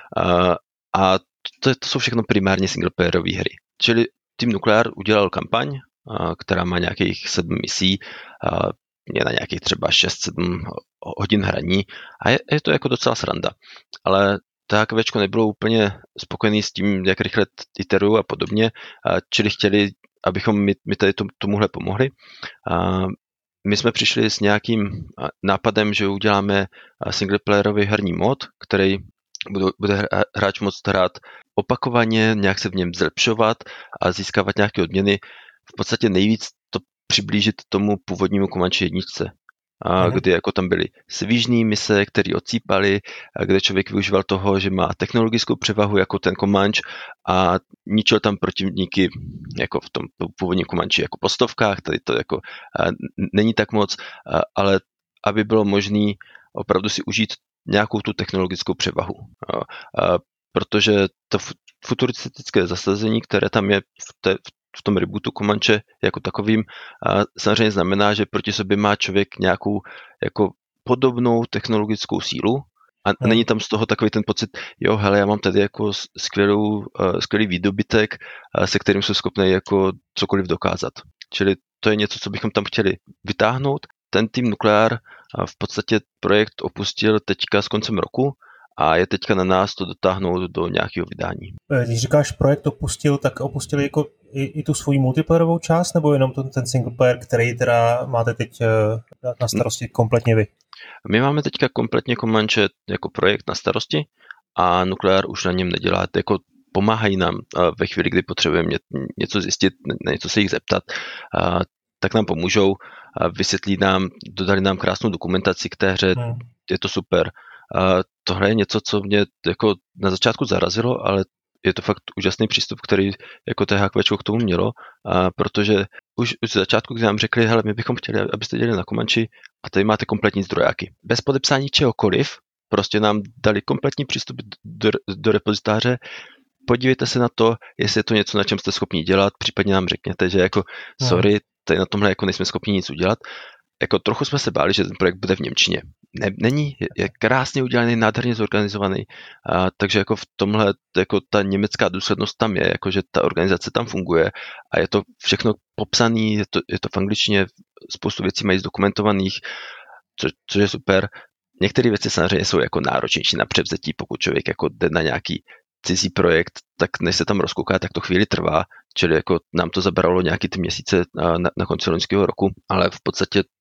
a to jsou všechno primárně singleplayerové hry. Čili Team Nuclear udělal kampaň, která má nějakých 7 misí, je na nějakých třeba 6-7 hodin hraní a je to jako docela sranda. Ale ta HQčko nebylo úplně spokojený s tím, jak rychle iterují a podobně, čili chtěli, abychom my tady tomuhle pomohli. My jsme přišli s nějakým nápadem, že uděláme singleplayerový herní mod, který bude hráč moct hrát opakovaně, nějak se v něm zlepšovat a získávat nějaké odměny. V podstatě nejvíc to přiblížit tomu původnímu Comanche 1, kdy jako tam byly svížný mise, které odsýpaly, kde člověk využíval toho, že má technologickou převahu jako ten Comanche a ničil tam protivníky jako v tom původním Comanche jako po stovkách, tady to jako není tak moc, ale aby bylo možné opravdu si užít nějakou tu technologickou převahu. Protože to futuristické zasazení, které tam je v tom rebootu Comanche jako takovým, samozřejmě znamená, že proti sobě má člověk nějakou jako podobnou technologickou sílu a není tam z toho takový ten pocit, jo, hele, já mám tady jako skvělý výdobytek, se kterým jsem schopný jako cokoliv dokázat. Čili to je něco, co bychom tam chtěli vytáhnout. Ten Team Nuclear v podstatě projekt opustil teďka s koncem roku a je teďka na nás to dotáhnout do nějakého vydání. Když říkáš projekt opustil, tak opustili jako i tu svoji multiplayerovou část, nebo jenom ten single player, který teda máte teď na starosti kompletně vy? My máme teďka kompletně Comanche jako projekt na starosti a Nuclear už na něm nedělá, jako pomáhají nám ve chvíli, kdy potřebujeme něco zjistit, na něco se jich zeptat, tak nám pomůžou, vysvětlí nám, dodali nám krásnou dokumentaci k té hře, je to super. Tohle je něco, co mě jako na začátku zarazilo, ale je to fakt úžasný přístup, který jako THQčko k tomu mělo, protože už z začátku, když nám řekli, hele, my bychom chtěli, abyste dělali na Comanche a tady máte kompletní zdrojáky. Bez podepsání čehokoliv, prostě nám dali kompletní přístup do repozitáře, podívejte se na to, jestli je to něco, na čem jste schopni dělat, případně nám řekněte, že jako sorry, tady na tomhle jako nejsme schopni nic udělat. Jako trochu jsme se báli, že ten projekt bude v němčině. Není, je krásně udělaný, nádherně zorganizovaný, takže jako v tomhle jako ta německá důslednost tam je, jako že ta organizace tam funguje a je to všechno popsaný, je to v angličtině, spoustu věcí mají zdokumentovaných, což je super. Některé věci samozřejmě jsou jako náročnější na převzetí, pokud člověk jako jde na nějaký cizí projekt, tak než se tam rozkouká, tak to chvíli trvá, čili jako nám to zabralo nějaký ty měsíce na konci loňského roku, ale v podstatě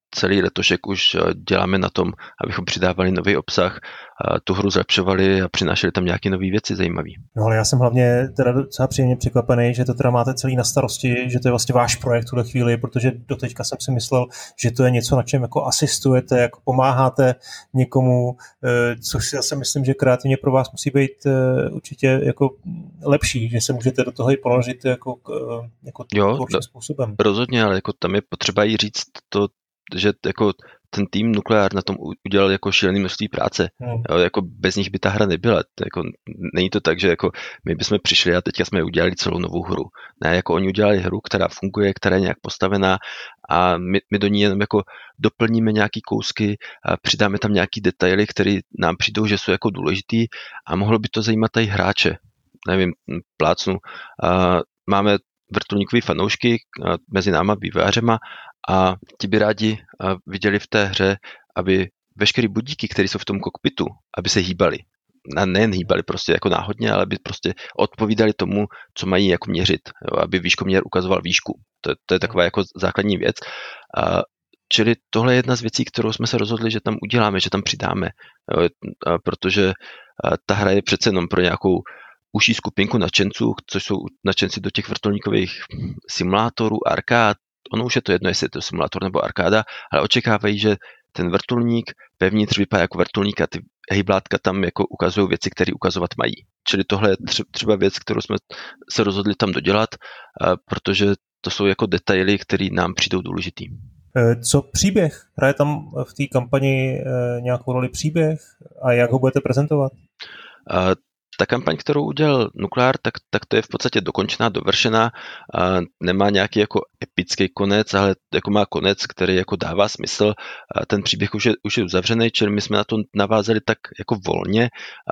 celý letošek už děláme na tom, abychom přidávali nový obsah, tu hru zlepšovali a přinášeli tam nějaké nové věci zajímavé. No ale já jsem hlavně teda docela příjemně překvapený, že to teda máte celý na starosti, že to je vlastně váš projekt v tuhle chvíli, protože doteďka jsem si myslel, že to je něco, na čem jako asistujete, jako pomáháte někomu, což si zase myslím, že kreativně pro vás musí být určitě jako lepší, že se můžete do toho i ponořit jako tvorčím způsobem. Rozhodně, ale jako tam je potřeba jí říct to, že jako ten tým Nukleár na tom udělal jako šílený množství práce. Jo, jako bez nich by ta hra nebyla. Jako, není to tak, že jako my bychom přišli a teďka jsme udělali celou novou hru. Ne, jako oni udělali hru, která funguje, která je nějak postavená a my do ní jenom jako doplníme nějaký kousky a přidáme tam nějaký detaily, které nám přijdou, že jsou jako důležitý a mohlo by to zajímat i hráče. Nevím, plácnu. Máme vrtulníkový fanoušky mezi náma, vývojářema, a ti by rádi viděli v té hře, aby veškerý budíky, které jsou v tom kokpitu, aby se hýbaly. Nejen hýbaly prostě jako náhodně, ale aby prostě odpovídali tomu, co mají jako měřit. Jo, aby výškoměr ukazoval výšku. To je taková jako základní věc. Čili tohle je jedna z věcí, kterou jsme se rozhodli, že tam uděláme, že tam přidáme. Jo, protože ta hra je přece jenom pro nějakou užší skupinku nadšenců, což jsou nadšenci do těch vrtulníkových simulátorů, arkád. Ono už je to jedno, jestli je to simulátor nebo arkáda, ale očekávají, že ten vrtulník vevnitř vypadá jako vrtulník a ty hejblátka tam jako ukazují věci, které ukazovat mají. Čili tohle je třeba věc, kterou jsme se rozhodli tam dodělat, protože to jsou jako detaily, které nám přijdou důležitý. Co příběh? Hraje tam v té kampani nějakou roli příběh a jak ho budete prezentovat? Ta kampaň, kterou udělal Nukleár, tak to je v podstatě dokončená, dovršená, nemá nějaký jako epický konec, ale jako má konec, který jako dává smysl. Ten příběh už je uzavřený, čili my jsme na to navázali tak jako volně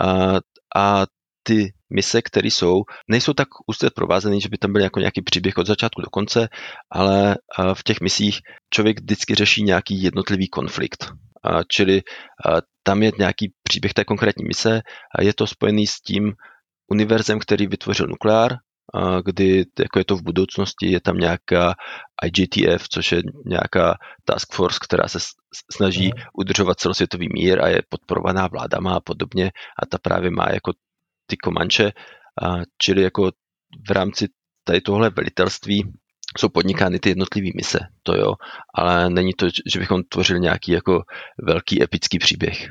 a ty mise, které nejsou tak úzce provázané, že by tam byl jako nějaký příběh od začátku do konce, ale v těch misích člověk vždycky řeší nějaký jednotlivý konflikt. Čili tam je nějaký příběh té konkrétní mise a je to spojený s tím univerzem, který vytvořil Nukleár, kdy jako je to v budoucnosti, je tam nějaká IGTF, což je nějaká task force, která se snaží udržovat celosvětový mír a je podporovaná vládama a podobně a ta právě má jako ty Komanče, čili jako v rámci tady tohle velitelství jsou podnikány ty jednotlivé mise, to jo, ale není to, že bychom tvořili nějaký jako velký epický příběh.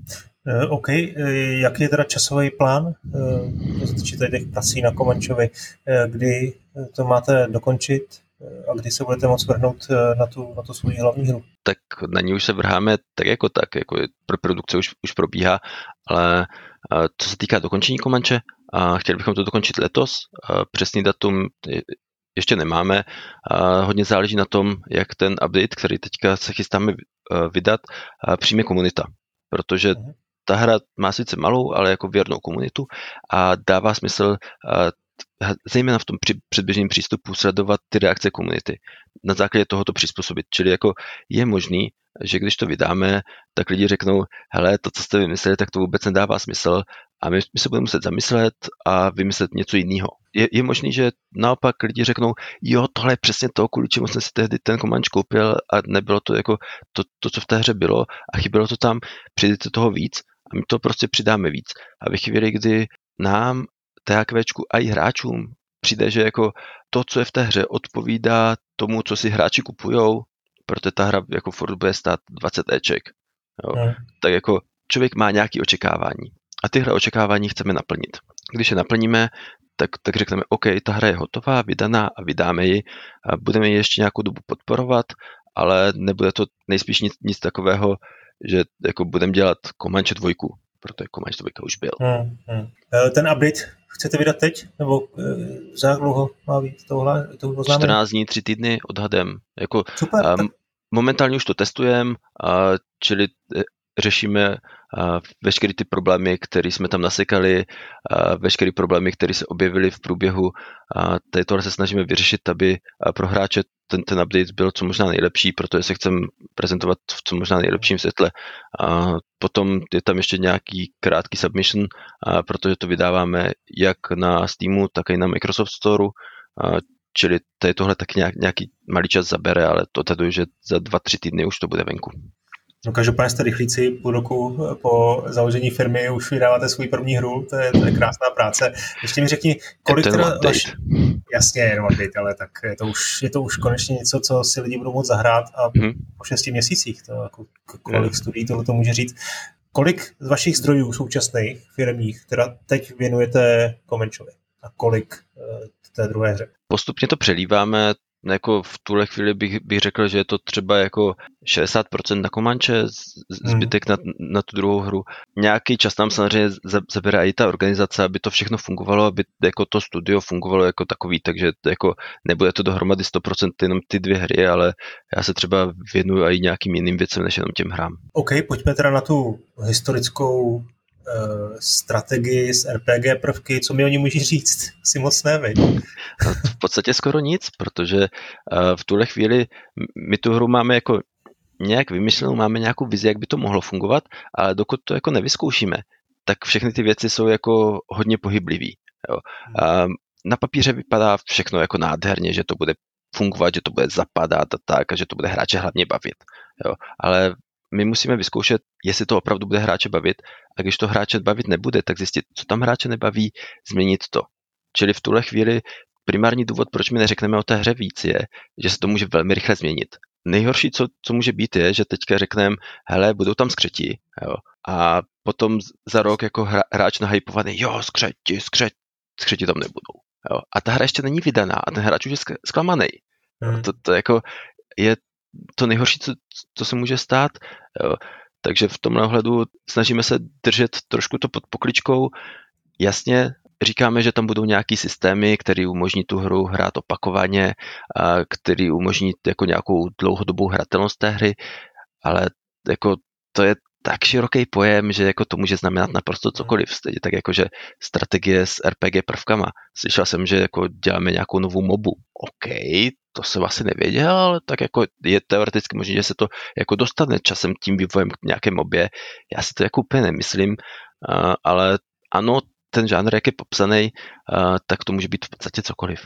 OK, jaký je teda časový plán? To se týče těch prací na Komančovi, kdy to máte dokončit a kdy se budete moct vrhnout na tu svou hlavní hru? Tak na ní už se vrháme tak, jako produkce už probíhá, ale co se týká dokončení Komanče, chtěli bychom to dokončit letos, přesný datum ještě nemáme. Hodně záleží na tom, jak ten update, který teďka se chystáme vydat, přijme komunita. Protože ta hra má sice malou, ale jako věrnou komunitu a dává smysl zejména v tom předběžném přístupu sledovat ty reakce komunity. Na základě tohoto přizpůsobit. Čili jako je možný, že když to vydáme, tak lidi řeknou, hele, to, co jste vymysleli, tak to vůbec nedává smysl a my se budeme muset zamyslet a vymyslet něco jiného. Je možný, že naopak lidi řeknou, jo, tohle je přesně to, kvůli čemu jsem si tehdy ten Comanche koupil a nebylo to jako to, co v té hře bylo a chybělo to tam, přidejte toho víc a my to prostě přidáme víc. A ve chvíli, kdy nám, THQčku a i hráčům přijde, že jako to, co je v té hře, odpovídá tomu, co si hráči kupujou, protože ta hra jako furt bude stát 20 Eček. Jo. Tak jako člověk má nějaké očekávání a tyhle očekávání chceme naplnit. Když je naplníme, tak řekneme, OK, ta hra je hotová, vydaná a vydáme ji. A budeme ji ještě nějakou dobu podporovat, ale nebude to nejspíš nic takového, že jako budeme dělat Comanche 2, protože Comanche 2 už byl. Ten update chcete vydat teď? Nebo za jak dlouho má být tohle? 14 dní, 3 týdny odhadem. Jako, super. Momentálně už to testujeme, čili řešíme veškeré ty problémy, které jsme tam nasekali, veškeré problémy, které se objevily v průběhu. Tady tohle se snažíme vyřešit, aby pro hráče ten update byl co možná nejlepší, protože se chceme prezentovat v co možná nejlepším světle. Potom je tam ještě nějaký krátký submission, protože to vydáváme jak na Steamu, tak i na Microsoft Storeu, čili tady tohle tak nějaký malý čas zabere, ale to tedy, že za 2-3 týdny už to bude venku. No každopádně jste rychlíci, půl roku po založení firmy už vydáváte svou první hru, to je krásná práce. Ještě mi řekni, kolik teda jasně, jenom update, ale tak je to už konečně něco, co si lidi budou moct zahrát a po 6 měsících, to jako kolik studií tohle to může říct. Kolik z vašich zdrojů současných firemních, teda teď věnujete Komenčovi a kolik té druhé hře? Postupně to přelíváme. Jako v tuhle chvíli bych řekl, že je to třeba jako 60% na Komanče, zbytek na tu druhou hru. Nějaký čas nám samozřejmě zabere i ta organizace, aby to všechno fungovalo, aby jako to studio fungovalo jako takový, takže jako nebude to dohromady 100% jenom ty 2 hry, ale já se třeba věnuju i nějakým jiným věcem, než jenom těm hrám. OK, pojďme teda na tu historickou strategii s RPG prvky, co mi o ní můžeš říct? Si moc nevím. No, v podstatě skoro nic, protože v tuhle chvíli my tu hru máme jako nějak vymyšlenou, máme nějakou vizi, jak by to mohlo fungovat, ale dokud to jako nevyzkoušíme, tak všechny ty věci jsou jako hodně pohyblivý. Jo. Na papíře vypadá všechno jako nádherně, že to bude fungovat, že to bude zapadat a tak, a že to bude hráče hlavně bavit. Jo. Ale my musíme vyzkoušet, jestli to opravdu bude hráče bavit, a když to hráče bavit nebude, tak zjistit, co tam hráče nebaví, změnit to. Čili v tuhle chvíli primární důvod, proč mi neřekneme o té hře víc, je, že se to může velmi rychle změnit. Nejhorší, co může být, je, že teďka řekneme, hele, budou tam skřeti, jo, a potom za rok jako hráč nahypovaný, jo, skřeti tam nebudou. Jo, a ta hra ještě není vydaná a ten hráč už je zklamaný. To jako je to nejhorší, co se může stát. Jo. Takže v tomhle ohledu snažíme se držet trošku to pod pokličkou. Jasně, říkáme, že tam budou nějaký systémy, které umožní tu hru hrát opakovaně, který umožní jako nějakou dlouhodobou hratelnost té hry, ale jako to je tak široký pojem, že jako to může znamenat naprosto cokoliv. Stejně tak jako, že strategie s RPG prvkama. Slyšel jsem, že jako děláme nějakou novou mobu. OK, to jsem asi nevěděl, ale tak jako je teoreticky možné, že se to jako dostane časem tím vývojem k nějaké mobě. Já si to jako úplně nemyslím, ale ano, ten žánr, jak je popsaný, tak to může být v podstatě cokoliv.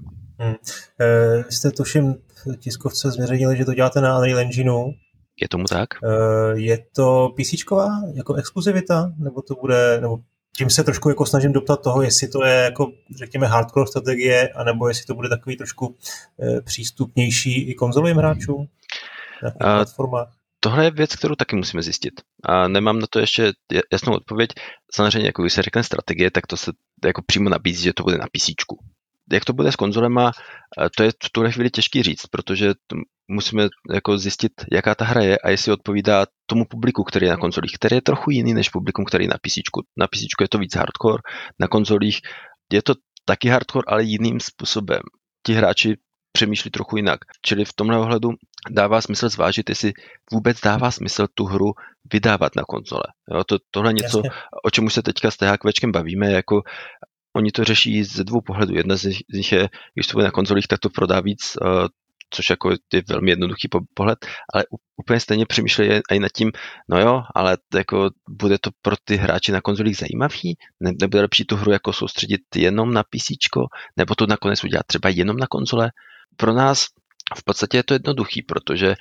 Jste tuším v tiskovce zveřejnili, že to děláte na Unreal Engineu. Je tomu tak? Je to PCčková jako exkluzivita, nebo to bude, nebo tím se trošku jako snažím doptat toho, jestli to je jako, řekněme, hardcore strategie, anebo jestli to bude takový trošku přístupnější i konzolovým hráčům na platformách. Tohle je věc, kterou taky musíme zjistit. A nemám na to ještě jasnou odpověď. Samozřejmě, jako když se řekne strategie, tak to se jako přímo nabízí, že to bude na PCčku. Jak to bude s konzolema, to je v tuhle chvíli těžký říct, protože musíme jako zjistit, jaká ta hra je a jestli odpovídá tomu publiku, který je na konzolích, který je trochu jiný než publikum, který je na PCčku. Na PCčku je to víc hardcore, na konzolích je to taky hardcore, ale jiným způsobem. Ti hráči přemýšlí trochu jinak. Čili v tomhle ohledu dává smysl zvážit, jestli vůbec dává smysl tu hru vydávat na konzole. Jo, tohle něco, jasně, o čem už se teďka s THQčkem bavíme, jako oni to řeší ze 2 pohledů. Jedna z nich je, když to bude na konzolích, tak to prodá víc, což jako je velmi jednoduchý pohled, ale úplně stejně přemýšlejí i nad tím, no jo, ale jako bude to pro ty hráči na konzolích zajímavý? Nebude lepší tu hru jako soustředit jenom na PCčko? Nebo to nakonec udělat třeba jenom na konzole? Pro nás v podstatě je to jednoduchý, protože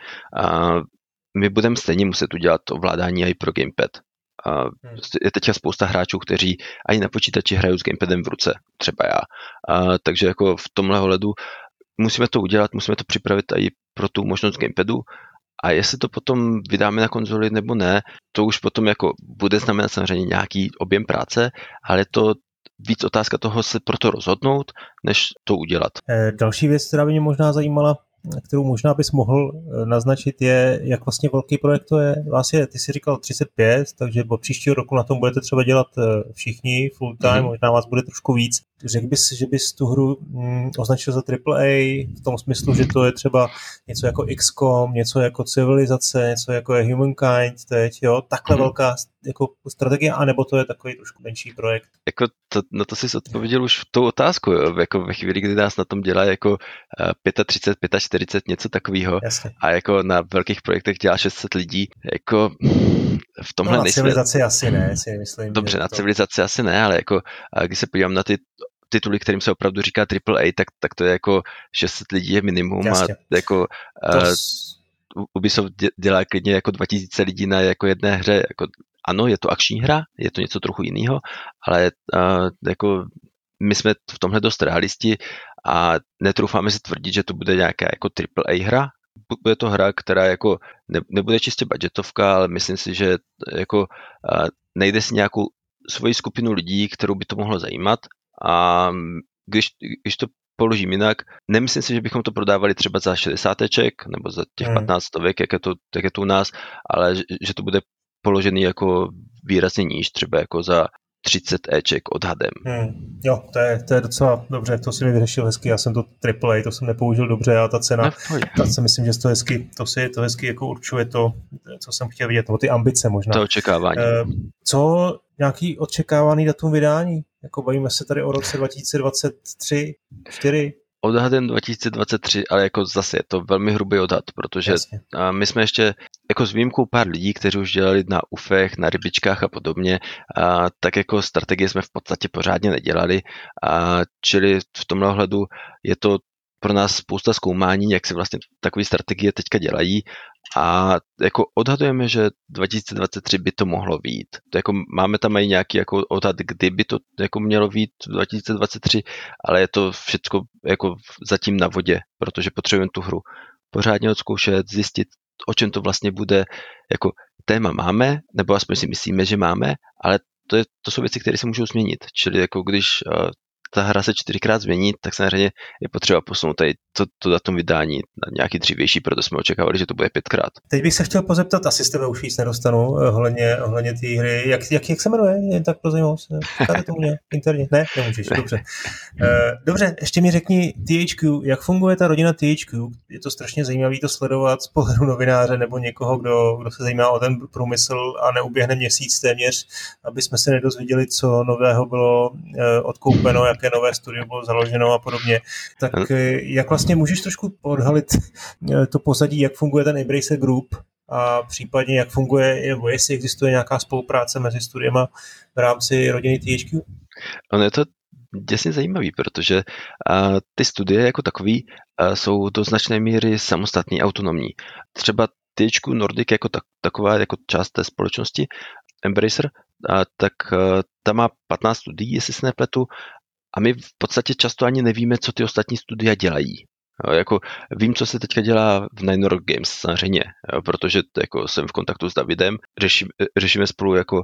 my budeme stejně muset udělat ovládání i pro gamepad. Je teďka spousta hráčů, kteří ani na počítači hrajou s gamepadem v ruce, třeba já. Takže jako v tomhle ohledu musíme to udělat, musíme to připravit i pro tu možnost gamepadu, a jestli to potom vydáme na konzoli nebo ne, to už potom jako bude znamenat samozřejmě nějaký objem práce, ale je to víc otázka toho se pro to rozhodnout, než to udělat. Další věc, která by mě možná zajímala, kterou možná bys mohl naznačit, je, jak vlastně velký projekt to je. Ty jsi říkal 35, takže od příštího roku na tom budete třeba dělat všichni full time, možná vás bude trošku víc. Řekl bys, že bys tu hru označil za AAA v tom smyslu, že to je třeba něco jako XCOM, něco jako Civilizace, něco jako je Humankind teď, jo? Takhle velká jako strategie, anebo to je takový trošku menší projekt? Jako na to jsi odpověděl už tou otázku, jo? Jako ve chvíli, kdy nás na tom dělá jako 35, 45, něco takového, a jako na velkých projektech dělá 600 lidí, jako v tomhle na civilizaci asi ne, si myslím. Dobře, na civilizaci asi ne, ale jako když se podívám na ty tituly, kterým se opravdu říká AAA, tak to je jako 600 lidí je minimum. Jasně. A jako Ubisoft dělá klidně jako 2000 lidí na jako jedné hře. Jako, ano, je to akční hra, je to něco trochu jiného, ale jako my jsme v tomhle dost realisti a netroufáme si tvrdit, že to bude nějaká jako AAA hra. Bude to hra, která jako nebude čistě budgetovka, ale myslím si, že jako najde si nějakou svoji skupinu lidí, kterou by to mohlo zajímat, a když to položím jinak, nemyslím si, že bychom to prodávali třeba za 60 nebo za těch 15 stovek, jak je to u nás, ale že to bude položený jako výrazně níž, třeba jako za 30 Eček odhadem. Jo, to je docela dobře, to si mi vyřešil hezky, já jsem to AAA, to jsem nepoužil dobře a ta cena, tak si myslím, že to hezky jako určuje to, co jsem chtěl vidět, nebo ty ambice možná. To očekávání. Co nějaký očekávaný datum vydání? Jako bavíme se tady o roce 2023, 4? Odhadem 2023, ale jako zase je to velmi hrubý odhad, protože my jsme ještě jako s výjimkou pár lidí, kteří už dělali na UFech, na rybičkách a podobně, tak jako strategie jsme v podstatě pořádně nedělali, čili v tomhle ohledu je to pro nás spousta zkoumání, jak se vlastně takové strategie teďka dělají, a jako odhadujeme, že 2023 by to mohlo vyjít. To jako máme tam i nějaký jako odhad, kdy by to jako mělo vyjít 2023, ale je to všechno jako zatím na vodě, protože potřebujeme tu hru pořádně odzkoušet, zjistit, o čem to vlastně bude. Jako téma máme, nebo aspoň si myslíme, že máme, ale to jsou věci, které se můžou změnit. Čili jako když ta hra se 4krát změní, tak samozřejmě je potřeba posunout tady to datum vydání na nějaký dřívější, proto jsme očekávali, že to bude 5krát. Teď bych se chtěl pozeptat, asi z tebe už víc nedostanu, ohledně té hry. Jak se jmenuje? Jen tak pro zajímavost. Říkáte to mě interně? Ne, nemůžeš, dobře. Dobře, ještě mi řekni THQ, jak funguje ta rodina THQ? Je to strašně zajímavé to sledovat z pohledu novináře nebo někoho, kdo se zajímá o ten průmysl, a neuběhne měsíc téměř, aby jsme se nedozvěděli, co nového bylo odkoupeno, jaké nové studio bylo založeno a podobně. Tak jak vlastně můžeš trošku odhalit to pozadí, jak funguje ten Embracer Group a případně jak funguje, nebo jestli existuje nějaká spolupráce mezi studiema v rámci rodiny THQ? Ono je to děsně zajímavý, protože ty studie jako takový jsou do značné míry samostatný, autonomní. Třeba THQ Nordic jako taková jako část té společnosti Embracer, tak ta má 15 studií, jestli se nepletu, a my v podstatě často ani nevíme, co ty ostatní studia dělají. Jako vím, co se teďka dělá v Nine Rock Games samozřejmě, protože jako jsem v kontaktu s Davidem, řešíme spolu jako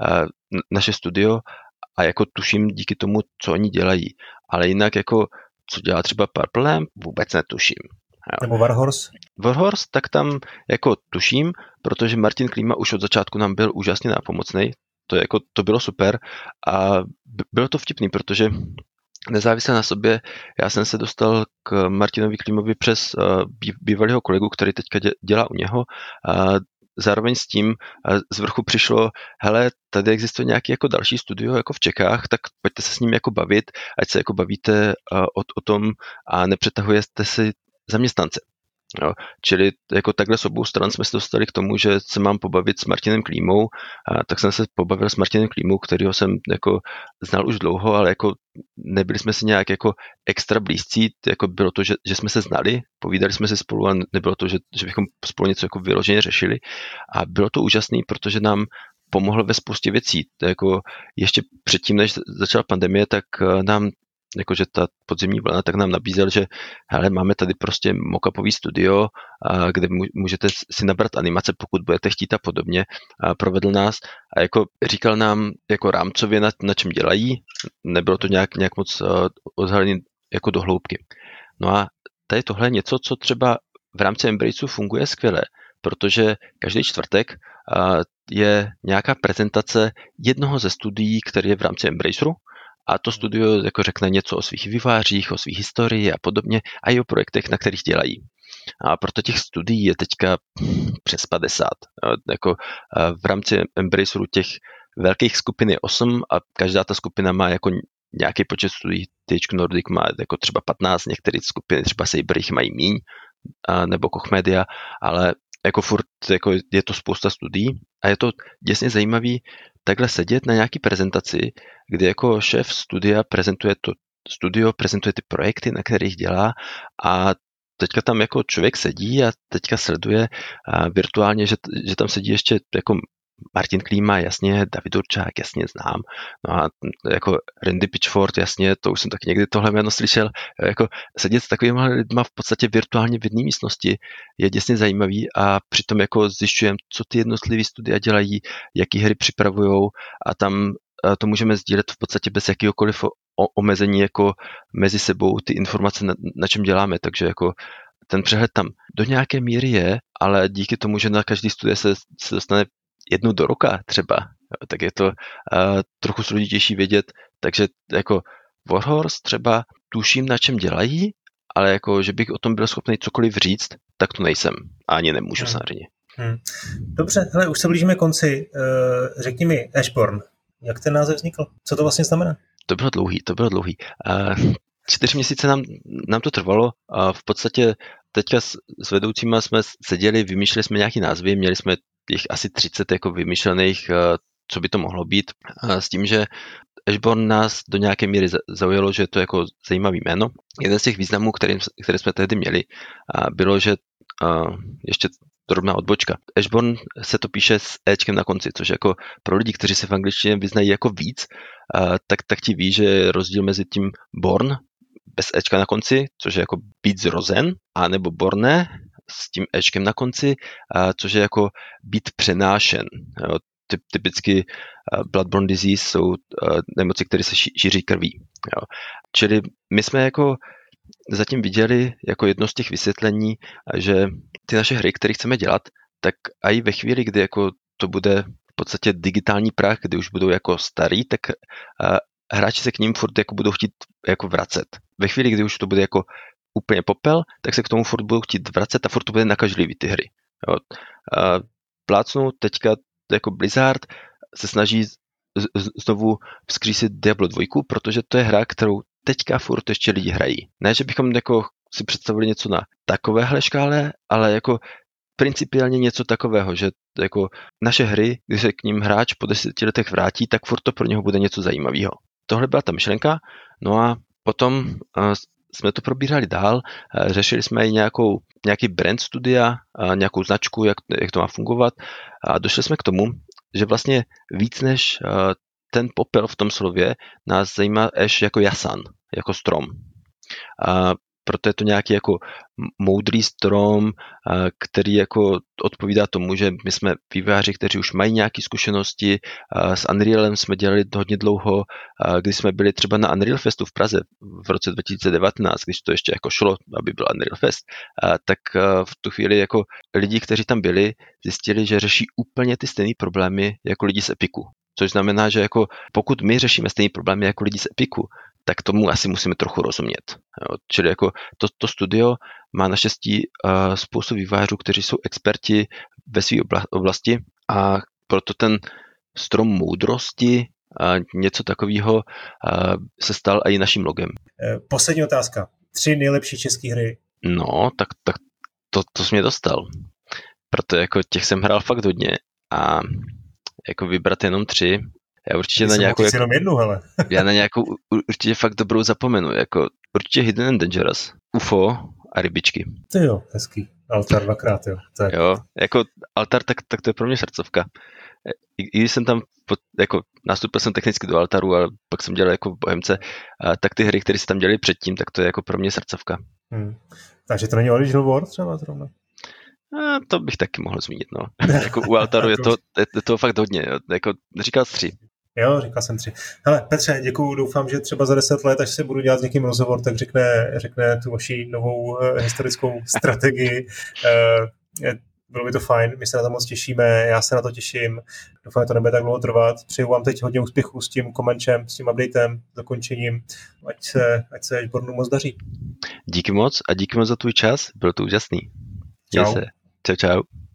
naše studio a jako tuším díky tomu, co oni dělají. Ale jinak jako co dělá třeba Purple Lamp, vůbec netuším. Nebo Warhorse? Warhorse, tak tam jako tuším, protože Martin Klíma už od začátku nám byl úžasně nápomocnej. To bylo super a bylo to vtipný, protože nezávisle na sobě, já jsem se dostal k Martinovi Klímovi přes bývalého kolegu, který teďka dělá u něho. Zároveň s tím z vrchu přišlo, hele, tady existuje nějaký jako další studio jako v Čechách, tak pojďte se s ním jako bavit, ať se jako bavíte o tom a nepřetahujete si zaměstnance. Jo, čili jako takhle s obou stran jsme se dostali k tomu, že se mám pobavit s Martinem Klímou, tak jsem se pobavil s Martinem Klímou, kterýho jsem jako znal už dlouho, ale jako nebyli jsme si nějak jako extra blízcí, jako bylo to, že jsme se znali, povídali jsme si spolu a nebylo to, že bychom spolu něco jako vyloženě řešili, a bylo to úžasný, protože nám pomohl ve spoustě věcí. Jako ještě předtím, než začala pandemie, tak nám jakože ta podzimní vlna, tak nám nabízel, že hele, máme tady prostě mockupový studio, kde můžete si nabrat animace, pokud budete chtít a podobně. A provedl nás a jako říkal nám jako rámcově, na čem dělají. Nebylo to nějak moc odhalený jako do hloubky. No a tady tohle je něco, co třeba v rámci Embraceu funguje skvěle, protože každý čtvrtek je nějaká prezentace jednoho ze studií, který je v rámci Embraceru, a to studio jako řekne něco o svých vývojářích, o svých historii a podobně a i o projektech, na kterých dělají. A proto těch studií je teďka přes 50. Jako v rámci Embraceru těch velkých skupin je 8 a každá ta skupina má jako nějaký počet studií. THQ Nordic má jako třeba 15, některé skupiny, třeba Saber jich mají míň, nebo Koch Media, ale jako furt jako je to spousta studií a je to děsně zajímavý takhle sedět na nějaký prezentaci, kdy jako šéf studia prezentuje studio, prezentuje ty projekty, na kterých dělá a teďka tam jako člověk sedí a teďka sleduje virtuálně, že tam sedí ještě jako Martin Klíma, jasně, David Určák, jasně znám, no a jako Randy Pitchford, jasně, to už jsem tak někdy tohle jméno slyšel, jako sedět s takovými lidma v podstatě virtuálně v jedné místnosti je děsně zajímavý a přitom jako zjišťujeme, co ty jednotlivé studia dělají, jaký hry připravujou a tam to můžeme sdílet v podstatě bez jakýhokoliv omezení jako mezi sebou ty informace, na čem děláme, takže jako ten přehled tam do nějaké míry je, ale díky tomu, že na každý studie se dostane jednou do roka třeba, tak je to trochu složitější vědět, takže jako Warhorse třeba tuším, na čem dělají, ale jako, že bych o tom byl schopný cokoliv říct, tak to nejsem. A ani nemůžu samozřejmě. Dobře, hele, už se blížíme konci. Řekni mi, Ashborn, jak ten název vznikl? Co to vlastně znamená? To bylo dlouhý. 4 měsíce nám to trvalo a v podstatě teďka s vedoucíma jsme seděli, vymýšleli jsme nějaký názvy, měli jsme jich asi 30 jako vymyšlených, co by to mohlo být, s tím, že Ashborn nás do nějaké míry zaujalo, že je to jako zajímavý jméno. Jeden z těch významů, které jsme tehdy měli, bylo, že ještě drobná odbočka. Ashborn se to píše s éčkem na konci, což jako pro lidi, kteří se v angličtině vyznají jako víc, tak ti ví, že je rozdíl mezi tím born bez éčka na konci, což je jako být zrozen, anebo borné s tím éčkem na konci, což je jako být přenášen. Jo. Typicky bloodborne disease jsou nemoci, které se šíří krví. Jo. Čili my jsme jako zatím viděli jako jedno z těch vysvětlení, že ty naše hry, které chceme dělat, tak i ve chvíli, kdy jako to bude v podstatě digitální prach, kdy už budou jako starý, tak hráči se k ním furt jako budou chtít jako vracet. Ve chvíli, kdy už to bude jako úplně popel, tak se k tomu furt budou chtít vracet a furt to bude nakažlivý ty hry. Jo. Plácnu teďka jako Blizzard se snaží znovu vzkřísit Diablo 2, protože to je hra, kterou teďka furt ještě lidi hrají. Ne, že bychom jako si představili něco na takovéhle škále, ale jako principiálně něco takového, že jako naše hry, když se k ním hráč po 10 letech vrátí, tak furt to pro něho bude něco zajímavého. Tohle byla ta myšlenka, no a potom jsme to probírali dál, řešili jsme i nějaký brand studia, nějakou značku, jak to má fungovat a došli jsme k tomu, že vlastně víc než ten popel v tom slově nás zajímá Ash jako jasan, jako strom. Proto je to nějaký jako moudrý strom, který jako odpovídá tomu, že my jsme vývojáři, kteří už mají nějaké zkušenosti. S Unrealem jsme dělali hodně dlouho, když jsme byli třeba na Unreal Festu v Praze v roce 2019, když to ještě jako šlo, aby byl Unreal Fest, tak v tu chvíli jako lidi, kteří tam byli, zjistili, že řeší úplně ty stejné problémy jako lidi z Epiku. Což znamená, že jako pokud my řešíme stejné problémy jako lidi z Epiku, tak tomu asi musíme trochu rozumět. Jo. Čili jako to studio má naštěstí spoustu vývojářů, kteří jsou experti ve své oblasti a proto ten strom moudrosti něco takového se stal i naším logem. Poslední otázka. 3 nejlepší české hry. No, tak to jsi mě dostal. Proto jako těch jsem hrál fakt hodně a jako vybrat jenom 3. Já určitě na nějakou jenom jednu, hele. Já na nějakou určitě fakt dobrou zapomenu, jako určitě Hidden and Dangerous, UFO a rybičky. To jo, hezký. Altar 2x, jo. Tak. Jo, jako Altar, tak to je pro mě srdcovka. I když jsem tam, jako nastoupil jsem technicky do Altaru, ale pak jsem dělal jako v Bohemce, tak ty hry, které se tam dělali předtím, tak to je jako pro mě srdcovka. Takže to není Original War třeba zrovna? To bych taky mohl zmínit, no. Jako u Altaru je to fakt hodně, jo. Jako říkal jsi 3. Jo, říkal jsem 3. Hele, Petře, děkuju, doufám, že třeba za 10 let, až se budu dělat s někým rozhovor, tak řekne tu vaši novou historickou strategii. Bylo by to fajn, my se na to moc těšíme, já se na to těším, doufám, že to nebude tak dlouho trvat. Přeju vám teď hodně úspěchů s tím komenčem, s tím updatem, dokončením, ať se Ashbornu moc daří. Díky moc a díky moc za tvůj čas, bylo to úžasný. Čau. Čau.